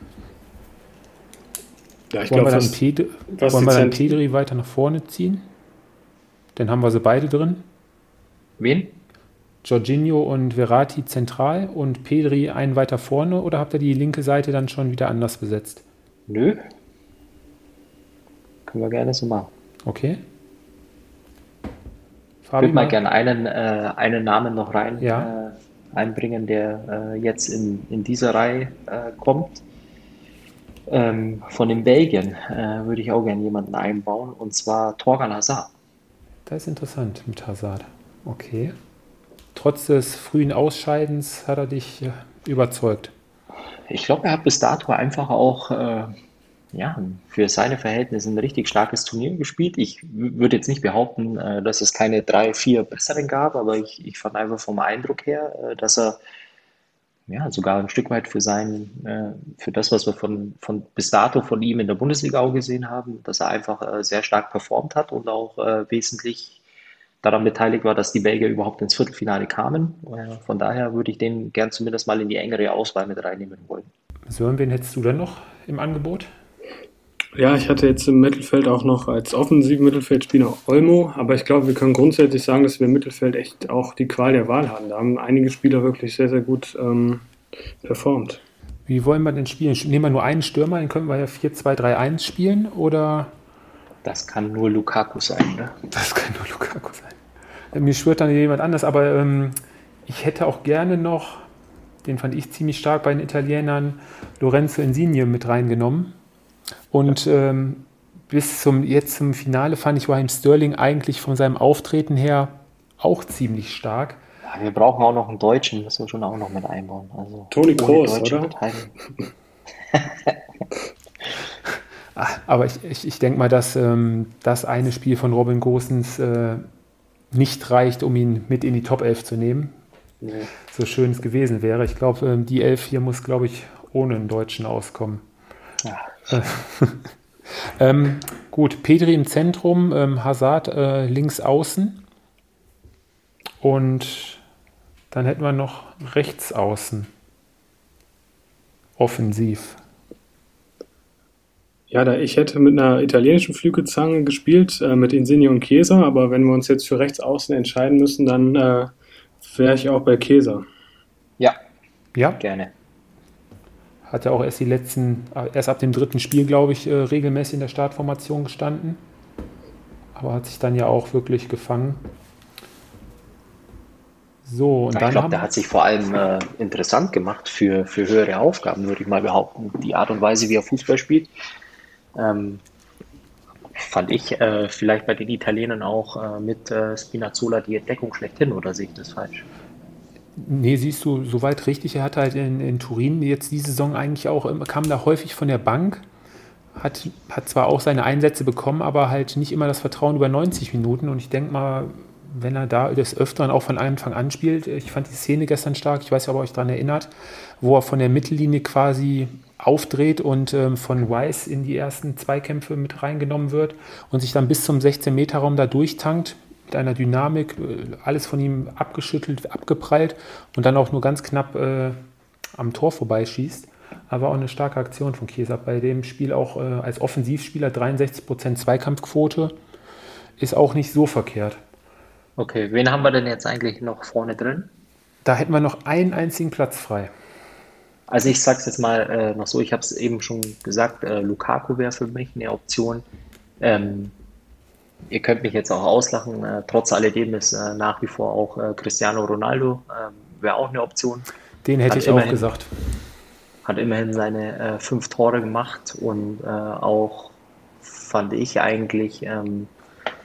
Ja, ich Wollen wir glaube, dann Pedri weiter nach vorne ziehen? Dann haben wir sie beide drin. Wen? Jorginho und Verratti zentral und Pedri einen weiter vorne, oder habt ihr die linke Seite dann schon wieder anders besetzt? Nö. Können wir gerne so machen. Okay. Ich Fabi, würde mal gerne einen Namen noch Ja. einbringen, der jetzt in dieser Reihe kommt. Von den Belgien würde ich auch gerne jemanden einbauen, und zwar Thorgan Hazard. Das ist interessant mit Hazard. Okay. Trotz des frühen Ausscheidens hat er dich überzeugt. Ich glaube, er hat bis dato einfach auch ja, für seine Verhältnisse ein richtig starkes Turnier gespielt. Ich würde jetzt nicht behaupten, dass es keine 3, 4 besseren gab, aber ich fand einfach vom Eindruck her, dass er ja sogar ein Stück weit für das, was wir von bis dato von ihm in der Bundesliga auch gesehen haben, dass er einfach sehr stark performt hat und auch wesentlich daran beteiligt war, dass die Belgier überhaupt ins Viertelfinale kamen. Von daher würde ich den gern zumindest mal in die engere Auswahl mit reinnehmen wollen. Sören, wen hättest du denn noch im Angebot? Ja, ich hatte jetzt im Mittelfeld auch noch als offensiven Mittelfeldspieler Olmo, aber ich glaube, wir können grundsätzlich sagen, dass wir im Mittelfeld echt auch die Qual der Wahl haben. Da haben einige Spieler wirklich sehr, sehr gut performt. Wie wollen wir denn spielen? Nehmen wir nur einen Stürmer, dann können wir ja 4-2-3-1 spielen, oder? Das kann nur Lukaku sein, ne? Das kann nur Lukaku sein. Mir schwört dann jemand anders, aber ich hätte auch gerne noch, den fand ich ziemlich stark bei den Italienern, Lorenzo Insigne mit reingenommen. Und bis zum Finale fand ich Raheem Sterling eigentlich von seinem Auftreten her auch ziemlich stark. Ja, wir brauchen auch noch einen Deutschen, müssen wir schon auch noch mit einbauen. Also Toni ohne Kroos, Deutsche oder? beteiligen. Aber ich denke mal, dass das eine Spiel von Robin Gosens nicht reicht, um ihn mit in die Top 11 zu nehmen. Nee. So schön es gewesen wäre. Ich glaube, die 11 hier muss, glaube ich, ohne einen Deutschen auskommen. Ja. Gut, Pedri im Zentrum, Hazard links außen. Und dann hätten wir noch rechts außen. Offensiv. Ja, ich hätte mit einer italienischen Flügelzange gespielt, mit Insigne und Chiesa, aber wenn wir uns jetzt für rechts außen entscheiden müssen, dann wäre ich auch bei Chiesa. Ja, Ja, gerne. hat ja auch erst ab dem dritten Spiel, glaube ich, regelmäßig in der Startformation gestanden. Aber hat sich dann ja auch wirklich gefangen. So, und Ich dann glaube, der hat sich vor allem interessant gemacht für höhere Aufgaben, würde ich mal behaupten. Die Art und Weise, wie er Fußball spielt, fand ich vielleicht bei den Italienern auch mit Spinazzola die Entdeckung schlechthin, oder sehe ich das falsch? Nee, siehst du, soweit richtig. Er hat halt in Turin jetzt die Saison eigentlich auch, kam da häufig von der Bank, hat zwar auch seine Einsätze bekommen, aber halt nicht immer das Vertrauen über 90 Minuten. Und ich denke mal, wenn er da des Öfteren auch von Anfang an spielt, ich fand die Szene gestern stark, ich weiß nicht, ob ihr euch daran erinnert, wo er von der Mittellinie quasi aufdreht und von Rice in die ersten Zweikämpfe mit reingenommen wird und sich dann bis zum 16-Meter-Raum da durchtankt, mit einer Dynamik, alles von ihm abgeschüttelt, abgeprallt und dann auch nur ganz knapp am Tor vorbeischießt. Aber auch eine starke Aktion von Chiesa bei dem Spiel auch als Offensivspieler, 63% Zweikampfquote, ist auch nicht so verkehrt. Okay, wen haben wir denn jetzt eigentlich noch vorne drin? Da hätten wir noch einen einzigen Platz frei. Also ich sage es jetzt mal noch so, ich habe es eben schon gesagt, Lukaku wäre für mich eine Option. Ihr könnt mich jetzt auch auslachen, trotz alledem ist nach wie vor auch Cristiano Ronaldo, wäre auch eine Option. Den hätte ich auch gesagt. Hat immerhin seine 5 Tore gemacht und auch, fand ich eigentlich,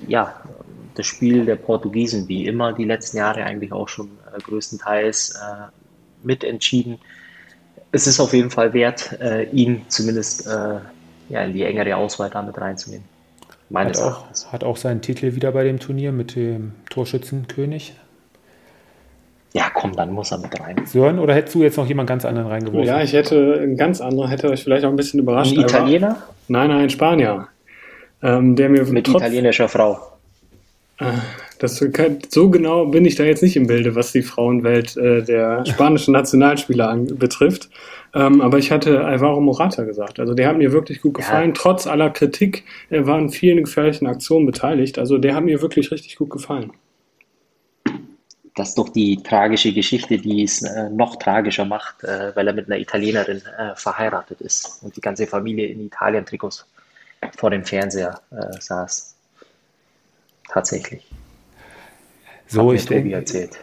ja, das Spiel der Portugiesen, wie immer die letzten Jahre eigentlich auch schon größtenteils mitentschieden. Es ist auf jeden Fall wert, ihn zumindest ja, in die engere Auswahl damit reinzunehmen, Hat meines auch, Erachtens. hat auch seinen Titel wieder bei dem Turnier mit dem Torschützenkönig. Ja, komm, dann muss er mit rein. Sören, oder hättest du jetzt noch jemand ganz anderen reingeworfen? Ja, ich hätte einen ganz anderen, hätte euch vielleicht auch ein bisschen Ein überrascht. Italiener Nein, Spanier. Der mir mit trotz, italienischer Frau. so genau bin ich da jetzt nicht im Bilde, was die Frauenwelt der spanischen Nationalspieler betrifft. Aber ich hatte Alvaro Morata gesagt. Also der hat mir wirklich gut gefallen, Ja, trotz aller Kritik. Er war in vielen gefährlichen Aktionen beteiligt. Also der hat mir wirklich richtig gut gefallen. das ist doch die tragische Geschichte, die es noch tragischer macht, weil er mit einer Italienerin verheiratet ist und die ganze Familie in Italien-Trikots vor dem Fernseher saß. Tatsächlich. Hat So, mir ich Tobi denke, erzählt.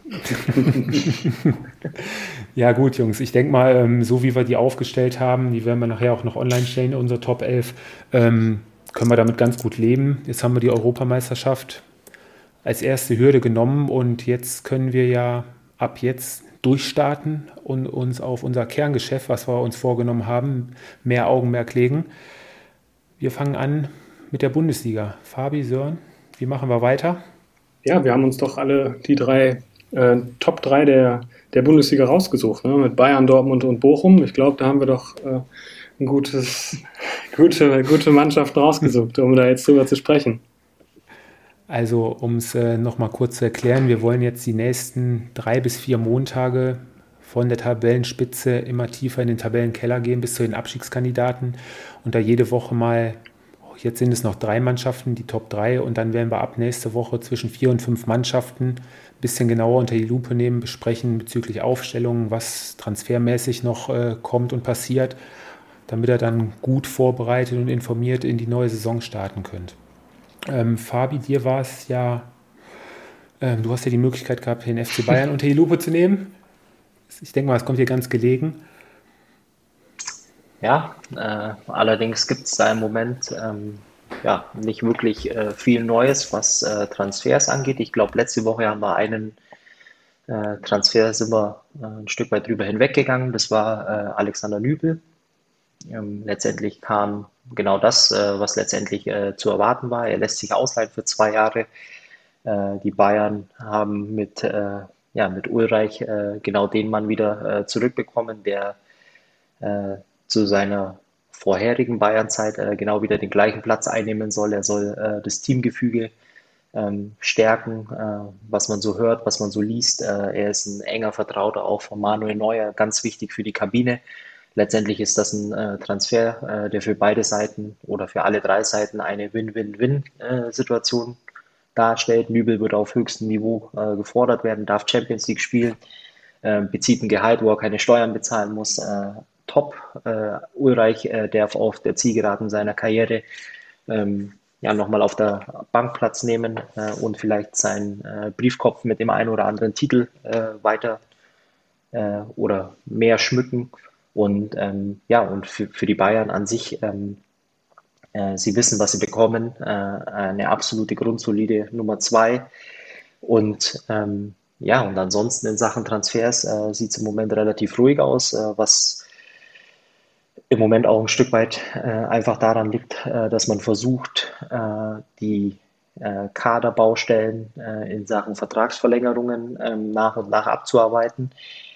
ja gut, Jungs, ich denke mal, so wie wir die aufgestellt haben, die werden wir nachher auch noch online stellen, unsere Top 11, können wir damit ganz gut leben. Jetzt haben wir die Europameisterschaft als erste Hürde genommen und jetzt können wir ja ab jetzt durchstarten und uns auf unser Kerngeschäft, was wir uns vorgenommen haben, mehr Augenmerk legen. Wir fangen an mit der Bundesliga. Fabi, Sören, wie machen wir weiter? Ja, wir haben uns doch alle die Top 3 der Bundesliga rausgesucht, ne? Mit Bayern, Dortmund und Bochum. Ich glaube, da haben wir doch ein gute Mannschaften rausgesucht, um da jetzt drüber zu sprechen. Also, um es nochmal kurz zu erklären, wir wollen jetzt die nächsten 3 bis 4 Montage von der Tabellenspitze immer tiefer in den Tabellenkeller gehen bis zu den Abstiegskandidaten und da jede Woche mal, jetzt sind es noch 3 Mannschaften, die Top 3 und dann werden wir ab nächste Woche zwischen 4 und 5 Mannschaften ein bisschen genauer unter die Lupe nehmen, besprechen bezüglich Aufstellungen, was transfermäßig noch kommt und passiert, damit ihr dann gut vorbereitet und informiert in die neue Saison starten könnt. Fabi, dir war es ja, du hast ja die Möglichkeit gehabt, den FC Bayern unter die Lupe zu nehmen. Ich denke mal, es kommt dir ganz gelegen. Ja, allerdings gibt es da im Moment ja, nicht wirklich viel Neues, was Transfers angeht. Ich glaube, letzte Woche haben wir einen Transfer, sind wir ein Stück weit drüber hinweggegangen. Das war Alexander Nübel. Letztendlich kam genau das, was letztendlich zu erwarten war. Er lässt sich ausleihen für 2 Jahre. Die Bayern haben ja, mit Ulreich genau den Mann wieder zurückbekommen, der zu seiner vorherigen Bayern-Zeit genau wieder den gleichen Platz einnehmen soll. Er soll das Teamgefüge stärken, was man so hört, was man so liest. Er ist ein enger Vertrauter auch von Manuel Neuer, ganz wichtig für die Kabine. Letztendlich ist das ein Transfer, der für beide Seiten oder für alle 3 Seiten eine Win-Win-Win-Situation darstellt. Nübel wird auf höchstem Niveau gefordert werden, darf Champions League spielen, bezieht ein Gehalt, wo er keine Steuern bezahlen muss. Top. Ulreich darf auf der Zielgeraden seiner Karriere ja, nochmal auf der Bank Platz nehmen und vielleicht seinen Briefkopf mit dem einen oder anderen Titel weiter oder mehr schmücken. Und ja, und für die Bayern an sich, sie wissen, was sie bekommen. Eine absolute grundsolide Nummer 2. Und ja, und ansonsten in Sachen Transfers sieht es im Moment relativ ruhig aus, was im Moment auch ein Stück weit einfach daran liegt, dass man versucht, die Kaderbaustellen in Sachen Vertragsverlängerungen nach und nach abzuarbeiten.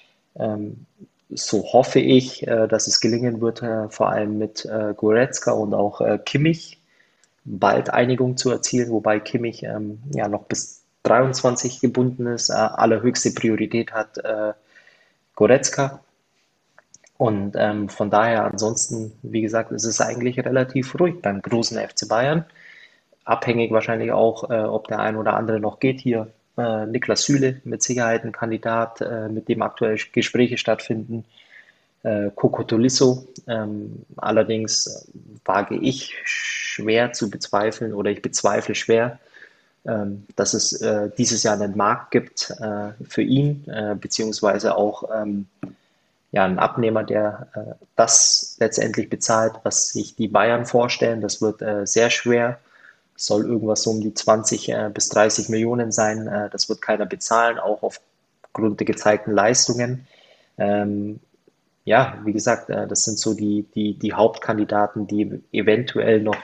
So hoffe ich, dass es gelingen wird, vor allem mit Goretzka und auch Kimmich bald Einigung zu erzielen, wobei Kimmich ja noch bis 23 gebunden ist. Allerhöchste Priorität hat Goretzka. Und von daher ansonsten, wie gesagt, ist es eigentlich relativ ruhig beim großen FC Bayern. Abhängig wahrscheinlich auch, ob der ein oder andere noch geht hier. Niklas Süle mit Sicherheit ein Kandidat, mit dem aktuell Gespräche stattfinden. Coco Tolisso. Allerdings wage ich schwer zu bezweifeln oder ich bezweifle schwer, dass es dieses Jahr einen Markt gibt für ihn, beziehungsweise auch ja, einen Abnehmer, der das letztendlich bezahlt, was sich die Bayern vorstellen. Das wird sehr schwer. soll irgendwas so um die 20 bis 30 Millionen sein. Das wird keiner bezahlen, auch aufgrund der gezeigten Leistungen. Ähm, ja, wie gesagt, das sind so die Hauptkandidaten, die eventuell noch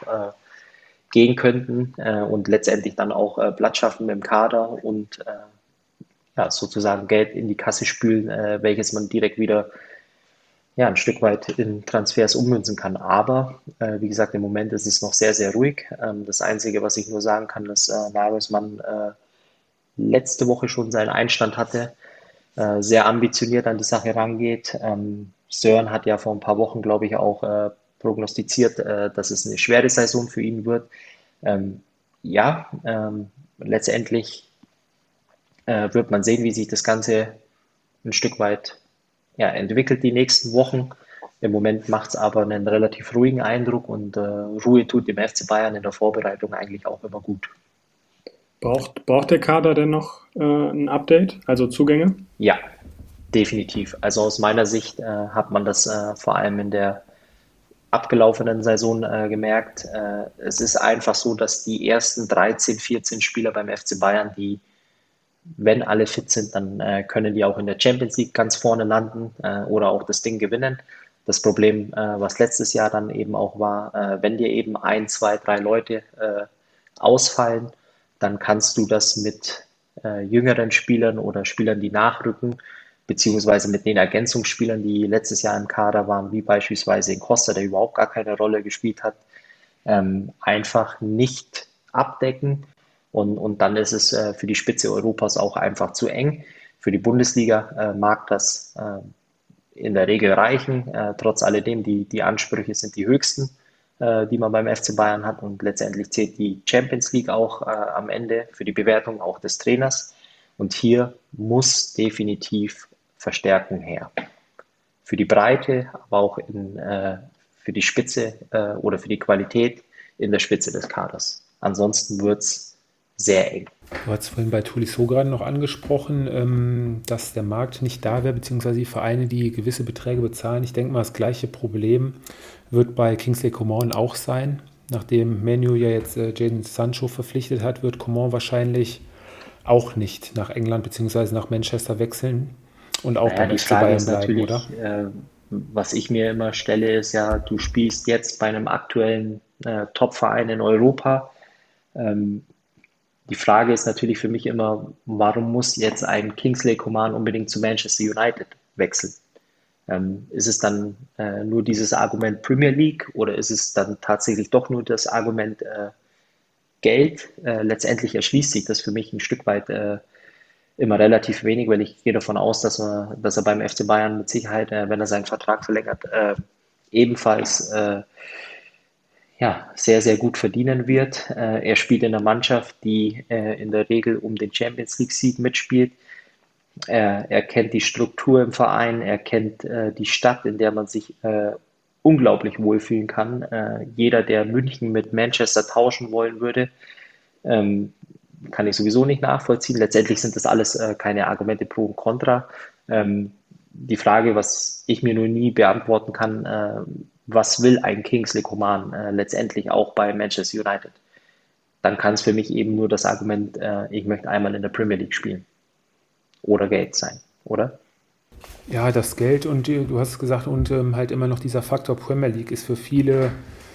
gehen könnten und letztendlich dann auch Platz schaffen im Kader und ja, sozusagen Geld in die Kasse spülen, welches man direkt wieder ja, ein Stück weit in Transfers ummünzen kann. Aber wie gesagt, im Moment ist es noch sehr, sehr ruhig. Das Einzige, was ich nur sagen kann, dass Nagelsmann letzte Woche schon seinen Einstand hatte, sehr ambitioniert an die Sache rangeht. Sören hat ja vor ein paar Wochen, glaube ich, auch prognostiziert, dass es eine schwere Saison für ihn wird. Ähm, ja, letztendlich wird man sehen, wie sich das Ganze ein Stück weit ja, entwickelt die nächsten Wochen. Im Moment macht es aber einen relativ ruhigen Eindruck und Ruhe tut dem FC Bayern in der Vorbereitung eigentlich auch immer gut. Braucht der Kader denn noch ein Update, also Zugänge? Ja, definitiv. Also aus meiner Sicht hat man das vor allem in der abgelaufenen Saison gemerkt. Es ist einfach so, dass die ersten 13, 14 Spieler beim FC Bayern, die, wenn alle fit sind, dann können die auch in der Champions League ganz vorne landen oder auch das Ding gewinnen. Das Problem, was letztes Jahr dann eben auch war, wenn dir eben ein, zwei, drei Leute ausfallen, dann kannst du das mit jüngeren Spielern oder Spielern, die nachrücken, beziehungsweise mit den Ergänzungsspielern, die letztes Jahr im Kader waren, wie beispielsweise in Costa, der überhaupt gar keine Rolle gespielt hat, einfach nicht abdecken. Und dann ist es für die Spitze Europas auch einfach zu eng. Für die Bundesliga mag das in der Regel reichen. Trotz alledem, die Ansprüche sind die höchsten, die man beim FC Bayern hat. Und letztendlich zählt die Champions League auch am Ende für die Bewertung auch des Trainers. Und hier muss definitiv Verstärkung her. Für die Breite, aber auch für die Spitze oder für die Qualität in der Spitze des Kaders. Ansonsten wird es sehr eng. Du hast vorhin bei Tolisso gerade noch angesprochen, dass der Markt nicht da wäre, beziehungsweise die Vereine, die gewisse Beträge bezahlen. Ich denke mal, das gleiche Problem wird bei Kingsley Coman auch sein. Nachdem Manu ja jetzt Jadon Sancho verpflichtet hat, wird Coman wahrscheinlich auch nicht nach England beziehungsweise nach Manchester wechseln und auch beim FC Bayern bleiben, oder? Was ich mir immer stelle, ist ja, du spielst jetzt bei einem aktuellen Top-Verein in Europa. Die Frage ist natürlich für mich immer, warum muss jetzt ein Kingsley Coman unbedingt zu Manchester United wechseln? Ist es dann nur dieses Argument Premier League oder ist es dann tatsächlich doch nur das Argument Geld? Letztendlich erschließt sich das für mich ein Stück weit immer relativ wenig, weil ich gehe davon aus, dass er beim FC Bayern mit Sicherheit, wenn er seinen Vertrag verlängert, ebenfalls ja, sehr, sehr gut verdienen wird. Er spielt in einer Mannschaft, die in der Regel um den Champions League-Sieg mitspielt. Er kennt die Struktur im Verein, er kennt die Stadt, in der man sich unglaublich wohlfühlen kann. Jeder, der München mit Manchester tauschen wollen würde, kann ich sowieso nicht nachvollziehen. Letztendlich sind das alles keine Argumente pro und contra. Die Frage, was ich mir nur nie beantworten kann, was will ein Kingsley Coman letztendlich auch bei Manchester United? Dann kann es für mich eben nur das Argument, ich möchte einmal in der Premier League spielen. Oder Geld sein, oder? Ja, das Geld und du hast es gesagt, und halt immer noch dieser Faktor Premier League ist für viele,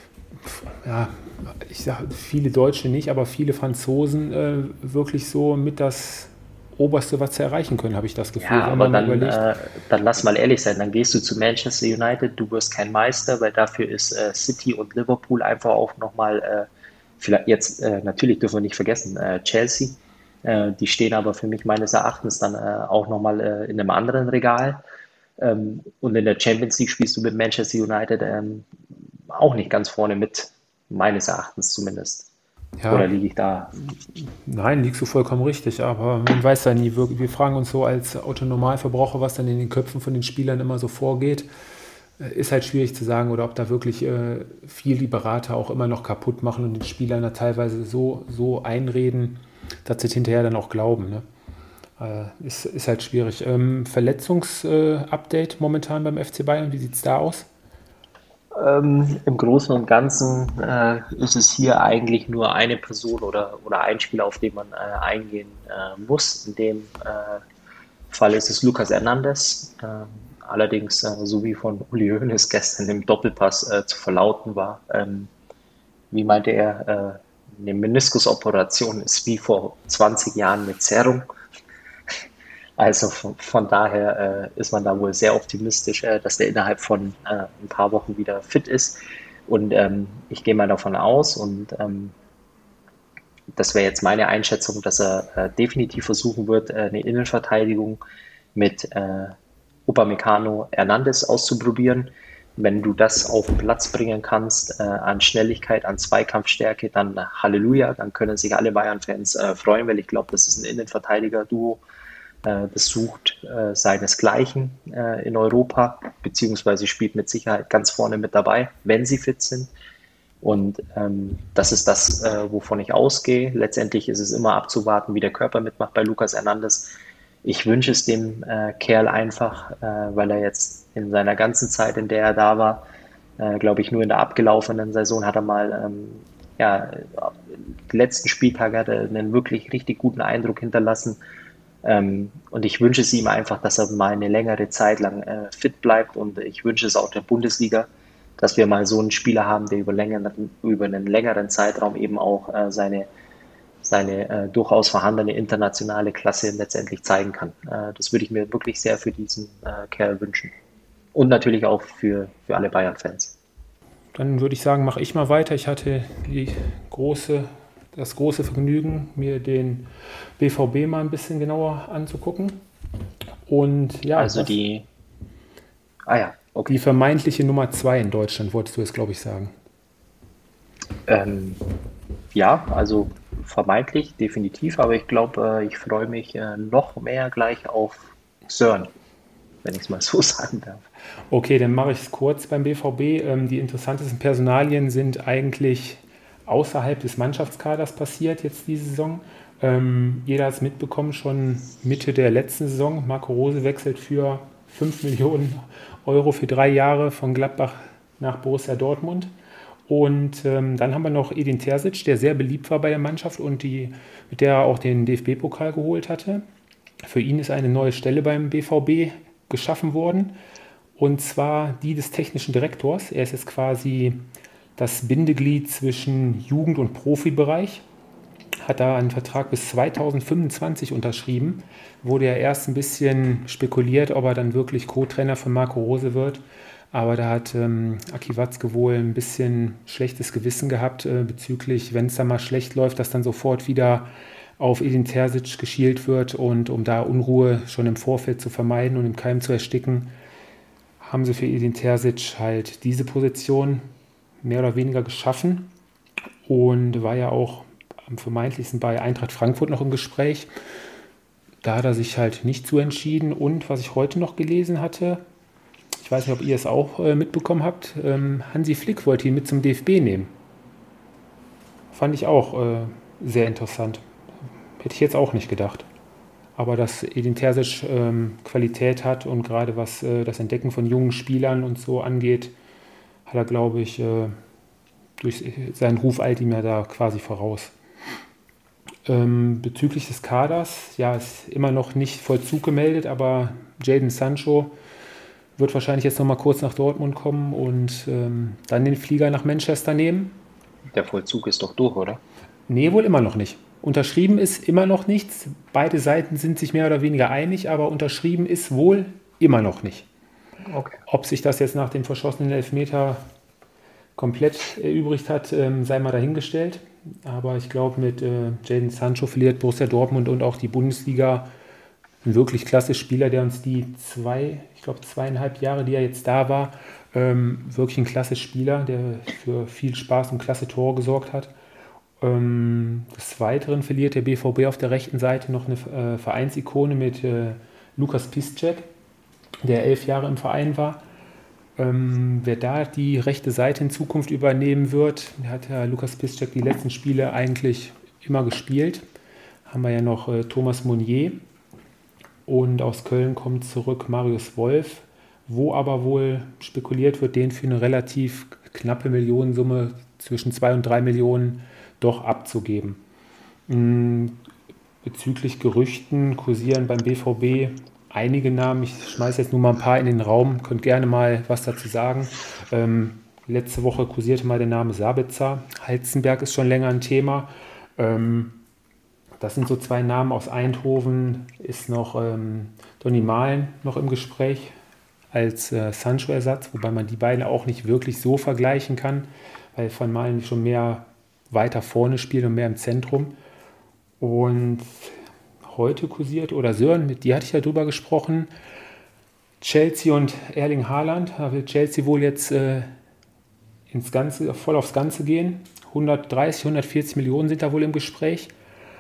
ja, ich sage viele Deutsche nicht, aber viele Franzosen wirklich so mit das Oberste, was sie erreichen können, habe ich das Gefühl. Ja, aber dann lass mal ehrlich sein, dann gehst du zu Manchester United, du wirst kein Meister, weil dafür ist City und Liverpool einfach auch nochmal, vielleicht jetzt, natürlich dürfen wir nicht vergessen, Chelsea, die stehen aber für mich meines Erachtens dann auch nochmal in einem anderen Regal. Und in der Champions League spielst du mit Manchester United auch nicht ganz vorne mit, meines Erachtens zumindest. Ja, Oder liege ich da? nein, liegst du vollkommen richtig, aber man weiß ja nie wirklich. Wir fragen uns so als Autonormalverbraucher, was dann in den Köpfen von den Spielern immer so vorgeht. Ist halt schwierig zu sagen, oder ob da wirklich viel die Berater auch immer noch kaputt machen und den Spielern da teilweise so einreden, dass sie es hinterher dann auch glauben. Ne? Ist halt schwierig. Verletzungsupdate momentan beim FC Bayern, wie sieht es da aus? Im Großen und Ganzen ist es hier eigentlich nur eine Person oder ein Spieler, auf den man eingehen muss. In dem Fall ist es Lucas Hernandez. Allerdings, so wie von Uli Hoeneß gestern im Doppelpass zu verlauten war, wie meinte er, eine Meniskusoperation ist wie vor 20 Jahren eine Zerrung. Also von daher ist man da wohl sehr optimistisch, dass der innerhalb von ein paar Wochen wieder fit ist. Und ich gehe mal davon aus, und das wäre jetzt meine Einschätzung, dass er definitiv versuchen wird, eine Innenverteidigung mit Upamecano Hernandez auszuprobieren. Wenn du das auf den Platz bringen kannst, an Schnelligkeit, an Zweikampfstärke, dann Halleluja, dann können sich alle Bayern-Fans freuen, weil ich glaube, das ist ein Innenverteidiger-Duo, das sucht seinesgleichen in Europa, beziehungsweise spielt mit Sicherheit ganz vorne mit dabei, wenn sie fit sind. Und das ist das, wovon ich ausgehe. Letztendlich ist es immer abzuwarten, wie der Körper mitmacht bei Lucas Hernandez. Ich wünsche es dem Kerl einfach, weil er jetzt in seiner ganzen Zeit, in der er da war, glaube ich, nur in der abgelaufenen Saison hat er mal, die letzten Spieltage hat er einen wirklich richtig guten Eindruck hinterlassen. Und ich wünsche es ihm einfach, dass er mal eine längere Zeit lang fit bleibt. Und ich wünsche es auch der Bundesliga, dass wir mal so einen Spieler haben, der über einen längeren Zeitraum eben auch seine durchaus vorhandene internationale Klasse letztendlich zeigen kann. Das würde ich mir wirklich sehr für diesen Kerl wünschen. Und natürlich auch für alle Bayern-Fans. Dann würde ich sagen, mache ich mal weiter. Ich hatte das große Vergnügen, mir den BVB mal ein bisschen genauer anzugucken. Und ja, Also okay. Die vermeintliche Nummer 2 in Deutschland, wolltest du es, glaube ich, sagen. Ja, also vermeintlich, definitiv, aber ich glaube, ich freue mich noch mehr gleich auf Sören, wenn ich es mal so sagen darf. Okay, dann mache ich es kurz beim BVB. Die interessantesten Personalien sind eigentlich außerhalb des Mannschaftskaders passiert jetzt diese Saison. Jeder hat es mitbekommen, schon Mitte der letzten Saison. Marco Rose wechselt für 5 Millionen Euro für 3 Jahre von Gladbach nach Borussia Dortmund. Und dann haben wir noch Edin Terzic, der sehr beliebt war bei der Mannschaft und mit der er auch den DFB-Pokal geholt hatte. Für ihn ist eine neue Stelle beim BVB geschaffen worden, und zwar die des technischen Direktors. Er ist jetzt quasi das Bindeglied zwischen Jugend- und Profibereich, hat da einen Vertrag bis 2025 unterschrieben. Wurde ja erst ein bisschen spekuliert, ob er dann wirklich Co-Trainer von Marco Rose wird. Aber da hat Aki Watzke wohl ein bisschen schlechtes Gewissen gehabt bezüglich, wenn es da mal schlecht läuft, dass dann sofort wieder auf Edin Terzic geschielt wird. Und um da Unruhe schon im Vorfeld zu vermeiden und im Keim zu ersticken, haben sie für Edin Terzic halt diese Position mehr oder weniger geschaffen und war ja auch am vermeintlichsten bei Eintracht Frankfurt noch im Gespräch. Da hat er sich halt nicht zu entschieden. Und was ich heute noch gelesen hatte, ich weiß nicht, ob ihr es auch mitbekommen habt, Hansi Flick wollte ihn mit zum DFB nehmen. Fand ich auch sehr interessant. Hätte ich jetzt auch nicht gedacht. Aber dass Edin Terzic Qualität hat und gerade was das Entdecken von jungen Spielern und so angeht, hat er, glaube ich, durch seinen Ruf eilt ihm ja da quasi voraus. Bezüglich des Kaders, ja, ist immer noch nicht Vollzug gemeldet, aber Jadon Sancho wird wahrscheinlich jetzt noch mal kurz nach Dortmund kommen und dann den Flieger nach Manchester nehmen. Der Vollzug ist doch durch, oder? Nee, wohl immer noch nicht. Unterschrieben ist immer noch nichts. Beide Seiten sind sich mehr oder weniger einig, aber unterschrieben ist wohl immer noch nicht. Okay. Ob sich das jetzt nach dem verschossenen Elfmeter komplett erübrigt hat, sei mal dahingestellt. Aber ich glaube, mit Jadon Sancho verliert Borussia Dortmund und auch die Bundesliga ein wirklich klasse Spieler, der uns die 2,5 Jahre, die er jetzt da war, wirklich ein klasse Spieler, der für viel Spaß und klasse Tore gesorgt hat. Des Weiteren verliert der BVB auf der rechten Seite noch eine Vereinsikone mit Lukas Piszczek, der 11 Jahre im Verein war. Wer da die rechte Seite in Zukunft übernehmen wird, hat ja Lukas Piszczek die letzten Spiele eigentlich immer gespielt. Haben wir ja noch Thomas Meunier und aus Köln kommt zurück Marius Wolf. wo aber wohl spekuliert wird, den für eine relativ knappe Millionensumme zwischen 2 und 3 Millionen doch abzugeben. Bezüglich Gerüchten kursieren beim BVB einige Namen. Ich schmeiße jetzt nur mal ein paar in den Raum, könnt gerne mal was dazu sagen. Letzte Woche kursierte mal der Name Sabitzer. Halzenberg ist schon länger ein Thema. Das sind so 2 Namen aus Eindhoven. Ist noch Donny Malen noch im Gespräch als Sancho-Ersatz, wobei man die beiden auch nicht wirklich so vergleichen kann, weil Van Malen schon mehr weiter vorne spielt und mehr im Zentrum. Und heute kursiert, oder Sören, mit dir hatte ich ja drüber gesprochen, Chelsea und Erling Haaland. Da will Chelsea wohl jetzt voll aufs Ganze gehen. 130, 140 Millionen sind da wohl im Gespräch.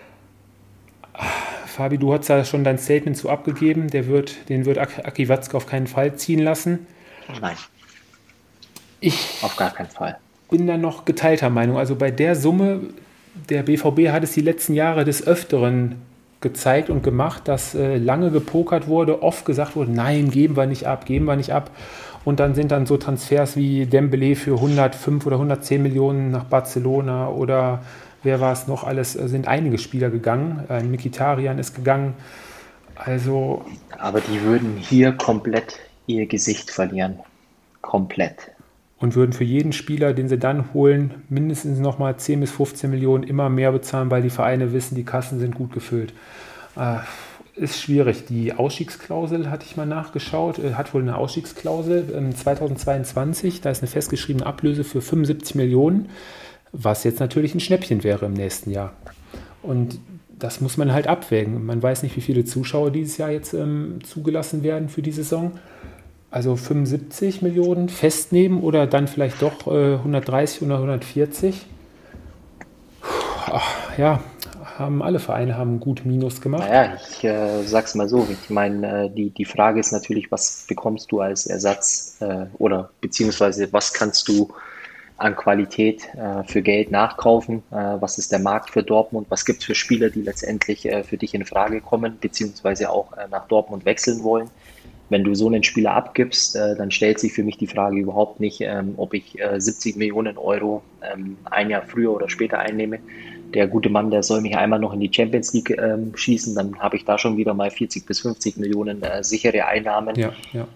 Fabi, du hast da schon dein Statement zu abgegeben. Den wird Aki Watzke auf keinen Fall ziehen lassen. Nein, auf gar keinen Fall. Bin da noch geteilter Meinung. Also bei der Summe, der BVB hat es die letzten Jahre des Öfteren gezeigt und gemacht, dass lange gepokert wurde, oft gesagt wurde, nein, geben wir nicht ab. Und dann sind dann so Transfers wie Dembélé für 105 oder 110 Millionen nach Barcelona oder wer war es noch alles, sind einige Spieler gegangen. Mkhitaryan ist gegangen. Also, Aber die würden hier komplett ihr Gesicht verlieren. Komplett. und würden für jeden Spieler, den sie dann holen, mindestens nochmal 10 bis 15 Millionen immer mehr bezahlen, weil die Vereine wissen, die Kassen sind gut gefüllt. Ist schwierig. Die Ausstiegsklausel, hatte ich mal nachgeschaut, hat wohl eine Ausstiegsklausel 2022, da ist eine festgeschriebene Ablöse für 75 Millionen, was jetzt natürlich ein Schnäppchen wäre im nächsten Jahr. Und das muss man halt abwägen. Man weiß nicht, wie viele Zuschauer dieses Jahr jetzt zugelassen werden für die Saison. Also 75 Millionen festnehmen oder dann vielleicht doch 130 oder 140. Ja, alle Vereine haben gut Minus gemacht. Naja, ich sag's mal so. Ich meine, die Frage ist natürlich, was bekommst du als Ersatz oder beziehungsweise was kannst du an Qualität für Geld nachkaufen? Was ist der Markt für Dortmund? Was gibt es für Spieler, die letztendlich für dich in Frage kommen, beziehungsweise auch nach Dortmund wechseln wollen? Wenn du so einen Spieler abgibst, dann stellt sich für mich die Frage überhaupt nicht, ob ich 70 Millionen Euro ein Jahr früher oder später einnehme. Der gute Mann, der soll mich einmal noch in die Champions League schießen, dann habe ich da schon wieder mal 40 bis 50 Millionen sichere Einnahmen. Ja.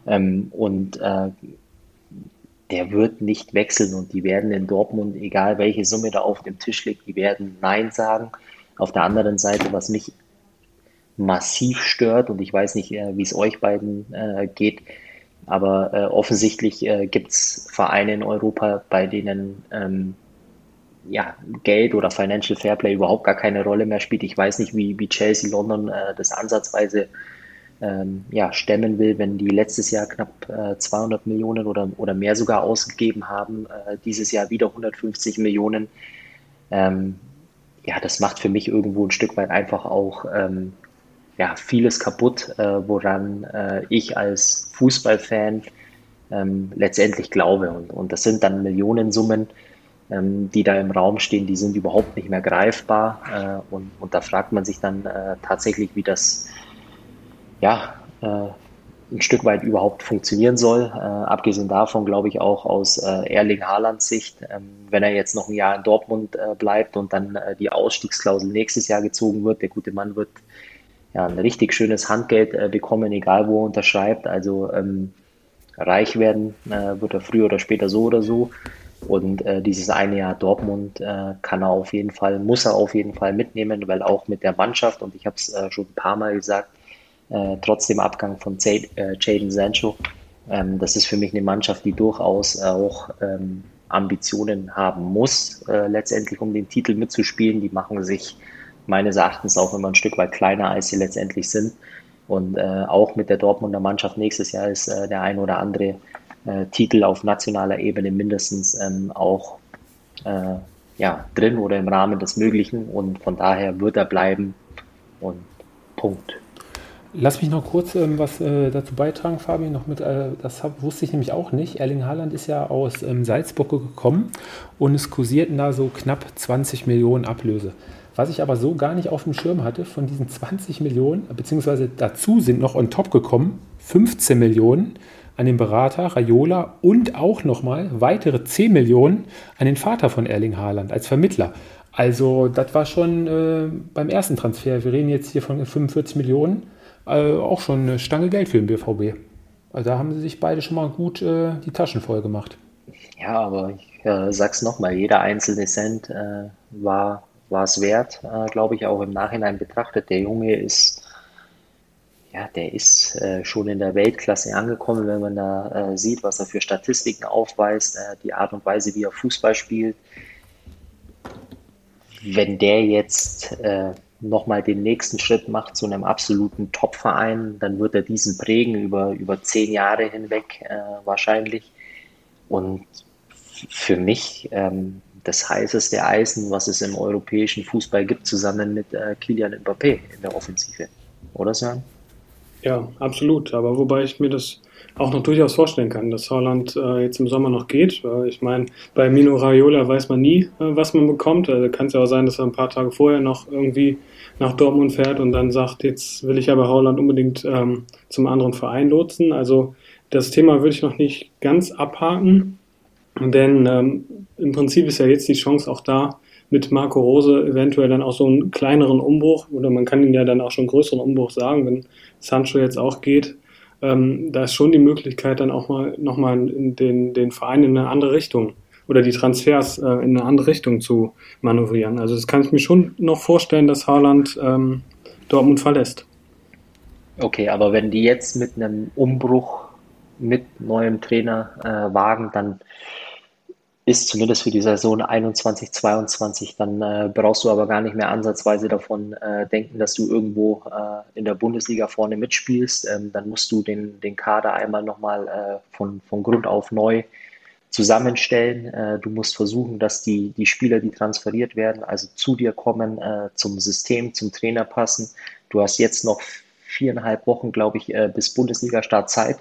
Der wird nicht wechseln und die werden in Dortmund, egal welche Summe da auf dem Tisch liegt, die werden Nein sagen. Auf der anderen Seite, was mich massiv stört, und ich weiß nicht, wie es euch beiden geht, aber offensichtlich gibt es Vereine in Europa, bei denen Geld oder Financial Fairplay überhaupt gar keine Rolle mehr spielt. Ich weiß nicht, wie Chelsea London das ansatzweise stemmen will, wenn die letztes Jahr knapp 200 Millionen oder mehr sogar ausgegeben haben, dieses Jahr wieder 150 Millionen. Das macht für mich irgendwo ein Stück weit einfach auch vieles kaputt, woran ich als Fußballfan letztendlich glaube. Und das sind dann Millionensummen, die da im Raum stehen, die sind überhaupt nicht mehr greifbar. Und da fragt man sich dann tatsächlich, wie das ein Stück weit überhaupt funktionieren soll. Abgesehen davon glaube ich auch aus Erling Haalands Sicht, wenn er jetzt noch ein Jahr in Dortmund bleibt und dann die Ausstiegsklausel nächstes Jahr gezogen wird, der gute Mann wird ein richtig schönes Handgeld bekommen, egal wo er unterschreibt. Also reich werden wird er früher oder später so oder so. Und dieses eine Jahr Dortmund muss er auf jeden Fall mitnehmen, weil auch mit der Mannschaft, und ich habe es schon ein paar Mal gesagt, trotz dem Abgang von Jadon Sancho, das ist für mich eine Mannschaft, die durchaus auch Ambitionen haben muss, letztendlich um den Titel mitzuspielen. Die machen sich meines Erachtens auch immer ein Stück weit kleiner, als sie letztendlich sind. Und auch mit der Dortmunder Mannschaft nächstes Jahr ist der ein oder andere Titel auf nationaler Ebene mindestens auch drin oder im Rahmen des Möglichen. Und von daher wird er bleiben und Punkt. Lass mich noch kurz was dazu beitragen, Fabi, wusste ich nämlich auch nicht. Erling Haaland ist ja aus Salzburg gekommen und es kursierten da so knapp 20 Millionen Ablöse. Was ich aber so gar nicht auf dem Schirm hatte, von diesen 20 Millionen, beziehungsweise dazu sind noch on top gekommen 15 Millionen an den Berater Raiola und auch nochmal weitere 10 Millionen an den Vater von Erling Haaland als Vermittler. Also das war schon beim ersten Transfer, wir reden jetzt hier von 45 Millionen, auch schon eine Stange Geld für den BVB. Also da haben sie sich beide schon mal gut die Taschen voll gemacht. Ja, aber ich sag's nochmal, jeder einzelne Cent war es wert, glaube ich, auch im Nachhinein betrachtet. Der Junge ist, ja, der ist schon in der Weltklasse angekommen, wenn man da sieht, was er für Statistiken aufweist, die Art und Weise, wie er Fußball spielt. Wenn der jetzt nochmal den nächsten Schritt macht zu einem absoluten Top-Verein, dann wird er diesen prägen über 10 Jahre hinweg wahrscheinlich. Und für mich das heißeste Eisen, was es im europäischen Fußball gibt, zusammen mit Kylian Mbappé in der Offensive. Oder Sören? Ja, absolut. Aber wobei ich mir das auch noch durchaus vorstellen kann, dass Haaland jetzt im Sommer noch geht. Ich meine, bei Mino Raiola weiß man nie, was man bekommt. Also kann es ja auch sein, dass er ein paar Tage vorher noch irgendwie nach Dortmund fährt und dann sagt, jetzt will ich aber Haaland unbedingt zum anderen Verein lotsen. Also das Thema würde ich noch nicht ganz abhaken, denn im Prinzip ist ja jetzt die Chance auch da, mit Marco Rose eventuell dann auch so einen kleineren Umbruch, oder man kann ihn ja dann auch schon einen größeren Umbruch sagen, wenn Sancho jetzt auch geht. Da ist schon die Möglichkeit, dann auch mal nochmal den Verein in eine andere Richtung oder die Transfers in eine andere Richtung zu manövrieren. Also das kann ich mir schon noch vorstellen, dass Haaland Dortmund verlässt. Okay, aber wenn die jetzt mit einem Umbruch mit neuem Trainer wagen, dann ist zumindest für die Saison 21/22, dann brauchst du aber gar nicht mehr ansatzweise davon denken, dass du irgendwo in der Bundesliga vorne mitspielst. Dann musst du den Kader einmal nochmal von Grund auf neu zusammenstellen. Du musst versuchen, dass die Spieler, die transferiert werden, also zu dir kommen, zum System, zum Trainer passen. Du hast jetzt noch 4,5 Wochen, glaube ich, bis Bundesliga-Start Zeit.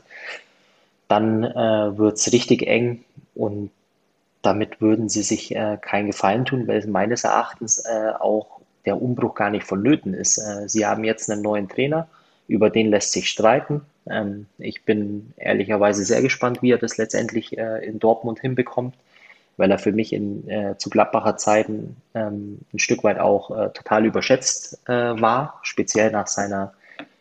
Dann wird es richtig eng und damit würden sie sich keinen Gefallen tun, weil meines Erachtens auch der Umbruch gar nicht vonnöten ist. Sie haben jetzt einen neuen Trainer, über den lässt sich streiten. Ich bin ehrlicherweise sehr gespannt, wie er das letztendlich in Dortmund hinbekommt, weil er für mich zu Gladbacher Zeiten ein Stück weit auch total überschätzt war, speziell nach seiner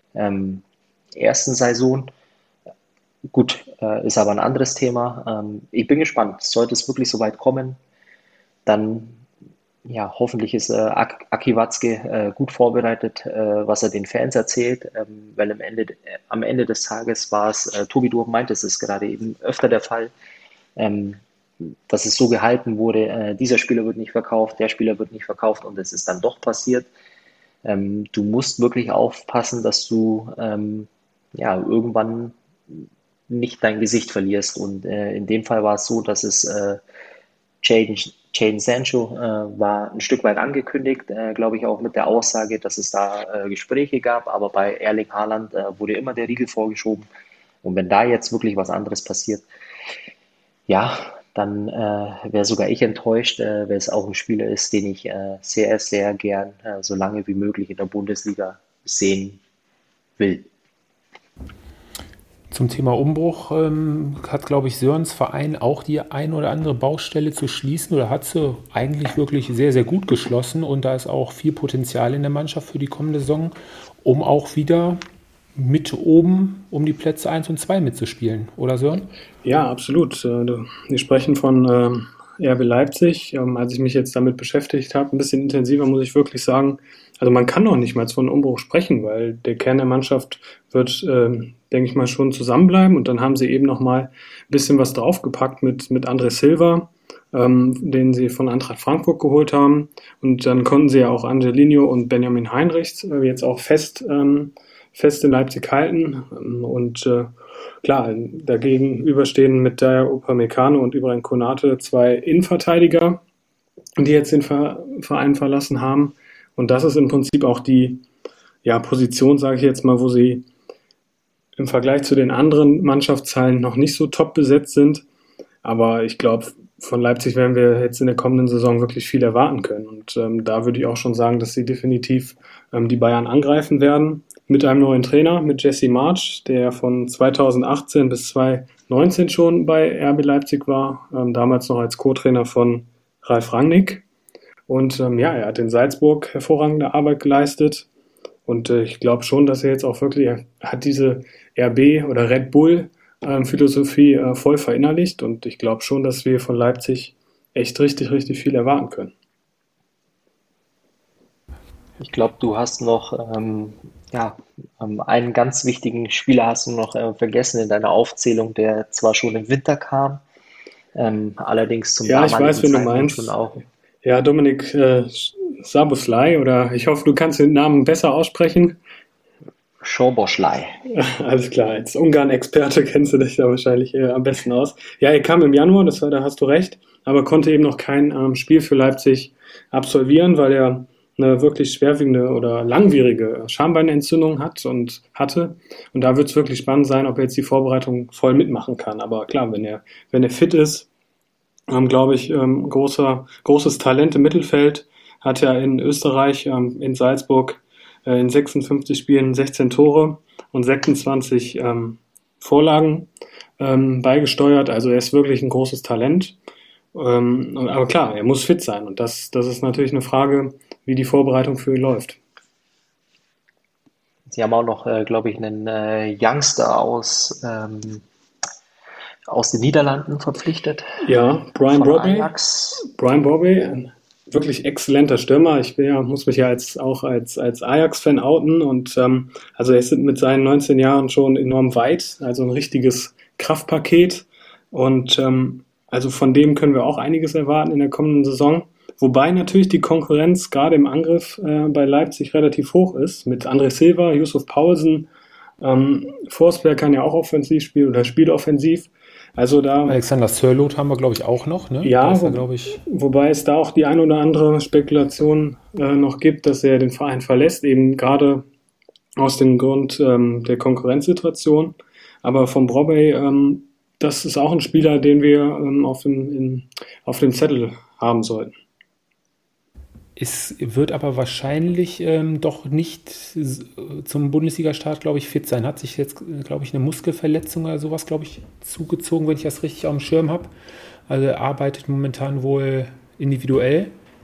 ersten Saison. Gut, ist aber ein anderes Thema. Ich bin gespannt. Sollte es wirklich so weit kommen, dann ja, hoffentlich ist Aki Watzke gut vorbereitet, was er den Fans erzählt, weil am Ende des Tages war es, Tobi, du meintest es gerade eben öfter der Fall, dass es so gehalten wurde, dieser Spieler wird nicht verkauft, der Spieler wird nicht verkauft und es ist dann doch passiert. Du musst wirklich aufpassen, dass du ja, irgendwann nicht dein Gesicht verlierst. Und in dem Fall war es so, dass es Jadon Sancho war ein Stück weit angekündigt, glaube ich auch mit der Aussage, dass es da Gespräche gab, aber bei Erling Haaland wurde immer der Riegel vorgeschoben. Und wenn da jetzt wirklich was anderes passiert, ja, dann wäre sogar ich enttäuscht, weil es auch ein Spieler ist, den ich sehr, sehr gern so lange wie möglich in der Bundesliga sehen will. Zum Thema Umbruch hat, glaube ich, Sörens Verein auch die ein oder andere Baustelle zu schließen oder hat sie eigentlich wirklich sehr, sehr gut geschlossen und da ist auch viel Potenzial in der Mannschaft für die kommende Saison, um auch wieder mit oben um die Plätze 1 und 2 mitzuspielen, oder Sören? Ja, absolut. Wir sprechen von RB Leipzig. Als ich mich jetzt damit beschäftigt habe, ein bisschen intensiver, muss ich wirklich sagen, also man kann noch nicht mal von Umbruch sprechen, weil der Kern der Mannschaft wird, denke ich mal, schon zusammenbleiben und dann haben sie eben noch mal ein bisschen was draufgepackt mit André Silva, den sie von Eintracht Frankfurt geholt haben und dann konnten sie ja auch Angelino und Benjamin Heinrichs jetzt auch fest in Leipzig halten und klar, dagegen überstehen mit Dayot Upamecano und Ibrahim Konate 2 Innenverteidiger, die jetzt den Verein verlassen haben. Und das ist im Prinzip auch die Position, sage ich jetzt mal, wo sie im Vergleich zu den anderen Mannschaftsteilen noch nicht so top besetzt sind. Aber ich glaube, von Leipzig werden wir jetzt in der kommenden Saison wirklich viel erwarten können. Und da würde ich auch schon sagen, dass sie definitiv die Bayern angreifen werden. mit einem neuen Trainer, mit Jesse Marsch, der von 2018 bis 2019 schon bei RB Leipzig war, damals noch als Co-Trainer von Ralf Rangnick. Und er hat in Salzburg hervorragende Arbeit geleistet. Und ich glaube schon, dass er jetzt auch wirklich, er hat diese RB oder Red Bull Philosophie voll verinnerlicht. Und ich glaube schon, dass wir von Leipzig echt richtig, richtig viel erwarten können. Ich glaube, du hast noch einen ganz wichtigen Spieler hast du noch vergessen in deiner Aufzählung, der zwar schon im Winter kam, allerdings zum Ja, ich damaligen weiß, wen du Zeitpunkt meinst. schon auch Ja, Dominik Szoboszlai, oder ich hoffe, du kannst den Namen besser aussprechen. Szoboszlai. Alles klar, als Ungarn-Experte kennst du dich da wahrscheinlich am besten aus. Ja, er kam im Januar, da hast du recht, aber konnte eben noch kein Spiel für Leipzig absolvieren, weil er eine wirklich schwerwiegende oder langwierige Schambeinentzündung hatte. Und da wird es wirklich spannend sein, ob er jetzt die Vorbereitung voll mitmachen kann. Aber klar, wenn er fit ist, glaube ich, großes Talent im Mittelfeld, hat ja in Österreich, in Salzburg, in 56 Spielen 16 Tore und 26 Vorlagen beigesteuert. Also er ist wirklich ein großes Talent. Aber klar, er muss fit sein. Und das ist natürlich eine Frage, wie die Vorbereitung für ihn läuft. Sie haben auch noch, glaube ich, einen Youngster aus den Niederlanden verpflichtet Ja, Brian von Brobby. Ajax. Brian Brobby, ein wirklich exzellenter Stürmer. Muss mich ja auch als Ajax-Fan outen. Und also er ist mit seinen 19 Jahren schon enorm weit. Also ein richtiges Kraftpaket. Und also von dem können wir auch einiges erwarten in der kommenden Saison. Wobei natürlich die Konkurrenz gerade im Angriff bei Leipzig relativ hoch ist. Mit André Silva, Yusuf Paulsen, Forsberg kann ja auch offensiv spielen oder spielt offensiv. Also da, Alexander Sörloth haben wir, glaube ich, auch noch. Ne? ja, Da ist er, glaube ich, wobei es da auch die ein oder andere Spekulation noch gibt, dass er den Verein verlässt, eben gerade aus dem Grund der Konkurrenzsituation. Aber von Brobby, das ist auch ein Spieler, den wir auf dem Zettel haben sollten. es wird aber wahrscheinlich doch nicht zum Bundesliga-Start, glaube ich, fit sein. Hat sich jetzt, glaube ich, eine Muskelverletzung oder sowas, glaube ich, zugezogen, wenn ich das richtig auf dem Schirm habe. Also er arbeitet momentan wohl individuell,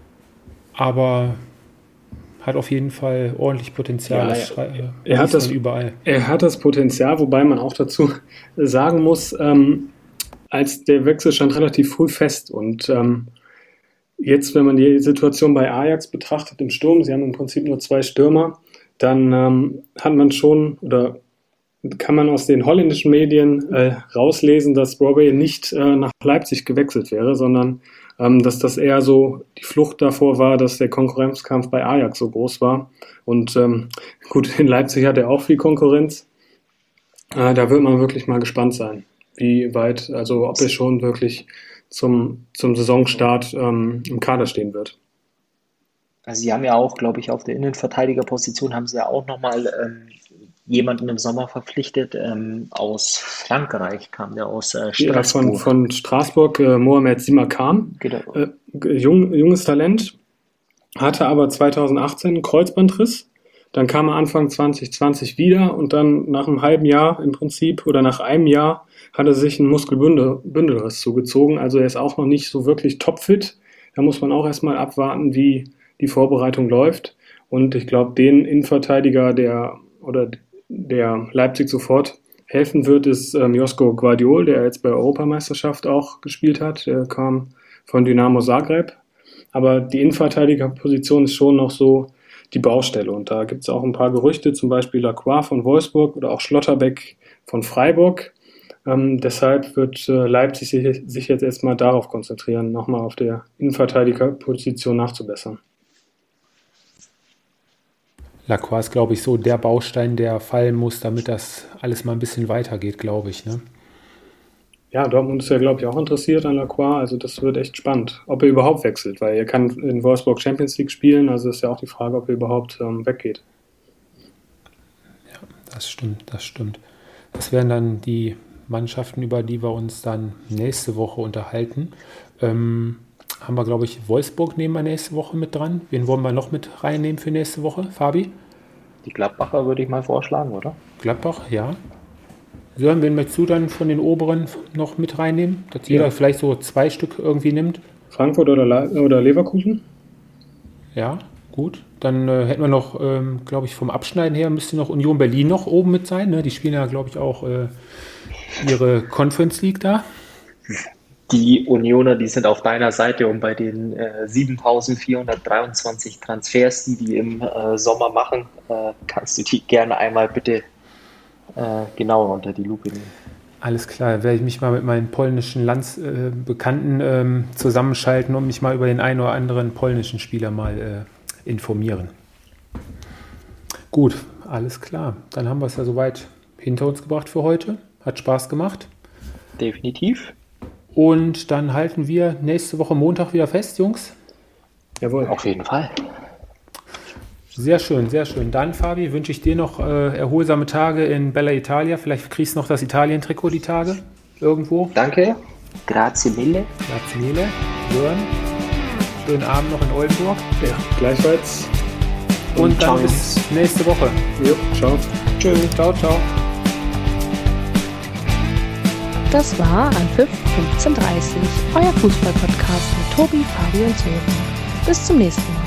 aber hat auf jeden Fall ordentlich Potenzial. Ja, Das er hat liest man überall. Er hat das Potenzial, wobei man auch dazu sagen muss, als der Wechsel stand relativ früh fest. Und jetzt, wenn man die Situation bei Ajax betrachtet im Sturm, sie haben im Prinzip nur 2 Stürmer, dann hat man schon oder kann man aus den holländischen Medien rauslesen, dass Brobby nicht nach Leipzig gewechselt wäre, sondern dass das eher so die Flucht davor war, dass der Konkurrenzkampf bei Ajax so groß war. Und gut, in Leipzig hat er auch viel Konkurrenz. Da wird man wirklich mal gespannt sein, wie weit, also ob er schon wirklich zum Saisonstart im Kader stehen wird. Also sie haben ja auch, glaube ich, auf der Innenverteidigerposition haben sie ja auch nochmal jemanden im Sommer verpflichtet. Aus Frankreich kam der aus Ja, Straßburg. von Straßburg, Mohamed Simakan, Genau. junges Talent, hatte aber 2018 einen Kreuzbandriss. Dann kam er Anfang 2020 wieder und dann nach einem halben Jahr im Prinzip oder nach einem Jahr hat er sich einen Muskelbündelriss zugezogen. Also er ist auch noch nicht so wirklich topfit. Da muss man auch erstmal abwarten, wie die Vorbereitung läuft. Und ich glaube, den Innenverteidiger, der Leipzig sofort helfen wird, ist Josko Gvardiol, der jetzt bei der Europameisterschaft auch gespielt hat. Der kam von Dynamo Zagreb. Aber die Innenverteidigerposition ist schon noch so die Baustelle. Und da gibt es auch ein paar Gerüchte, zum Beispiel Lacroix von Wolfsburg oder auch Schlotterbeck von Freiburg. Deshalb wird Leipzig sich jetzt erstmal darauf konzentrieren, nochmal auf der Innenverteidigerposition nachzubessern. Lacroix ist, glaube ich, so der Baustein, der fallen muss, damit das alles mal ein bisschen weitergeht, glaube ich. Ne? Ja, Dortmund ist ja, glaube ich, auch interessiert an Lacroix. Also das wird echt spannend, ob er überhaupt wechselt, weil er kann in Wolfsburg Champions League spielen. Also ist ja auch die Frage, ob er überhaupt weggeht. Ja, das stimmt. Das wären dann die Mannschaften, über die wir uns dann nächste Woche unterhalten. Haben wir, glaube ich, Wolfsburg nehmen wir nächste Woche mit dran. Wen wollen wir noch mit reinnehmen für nächste Woche? Fabi? Die Gladbacher würde ich mal vorschlagen, oder? Gladbach, ja. Sören, wen möchtest du dann von den oberen noch mit reinnehmen? Dass jeder vielleicht so 2 Stück irgendwie nimmt? Frankfurt oder Leverkusen? Ja, gut. Dann hätten wir noch, glaube ich, vom Abschneiden her müsste noch Union Berlin noch oben mit sein. Ne? Die spielen ja, glaube ich, auch ihre Conference League da. Die Unioner, die sind auf deiner Seite, und bei den 7.423 Transfers, die im Sommer machen, kannst du die gerne einmal bitte genauer unter die Lupe nehmen. Alles klar, werde ich mich mal mit meinen polnischen Bekannten zusammenschalten und mich mal über den einen oder anderen polnischen Spieler mal informieren. Gut, alles klar. Dann haben wir es ja soweit hinter uns gebracht für heute. Hat Spaß gemacht. Definitiv. Und dann halten wir nächste Woche Montag wieder fest, Jungs. Jawohl. Auf jeden Fall. Sehr schön, sehr schön. Dann, Fabi, wünsche ich dir noch erholsame Tage in Bella Italia. Vielleicht kriegst du noch das Italien-Trikot die Tage irgendwo. Danke. Grazie mille. Grazie mille. Sören, schönen Abend noch in Oldenburg. Ja, gleichfalls. Und dann ciao, bis nächste Woche. Jo, ciao. Tschüss, ciao, ciao. Das war Anpfiff 15:30, euer Fußball-Podcast mit Tobi, Fabi und Sören. Bis zum nächsten Mal.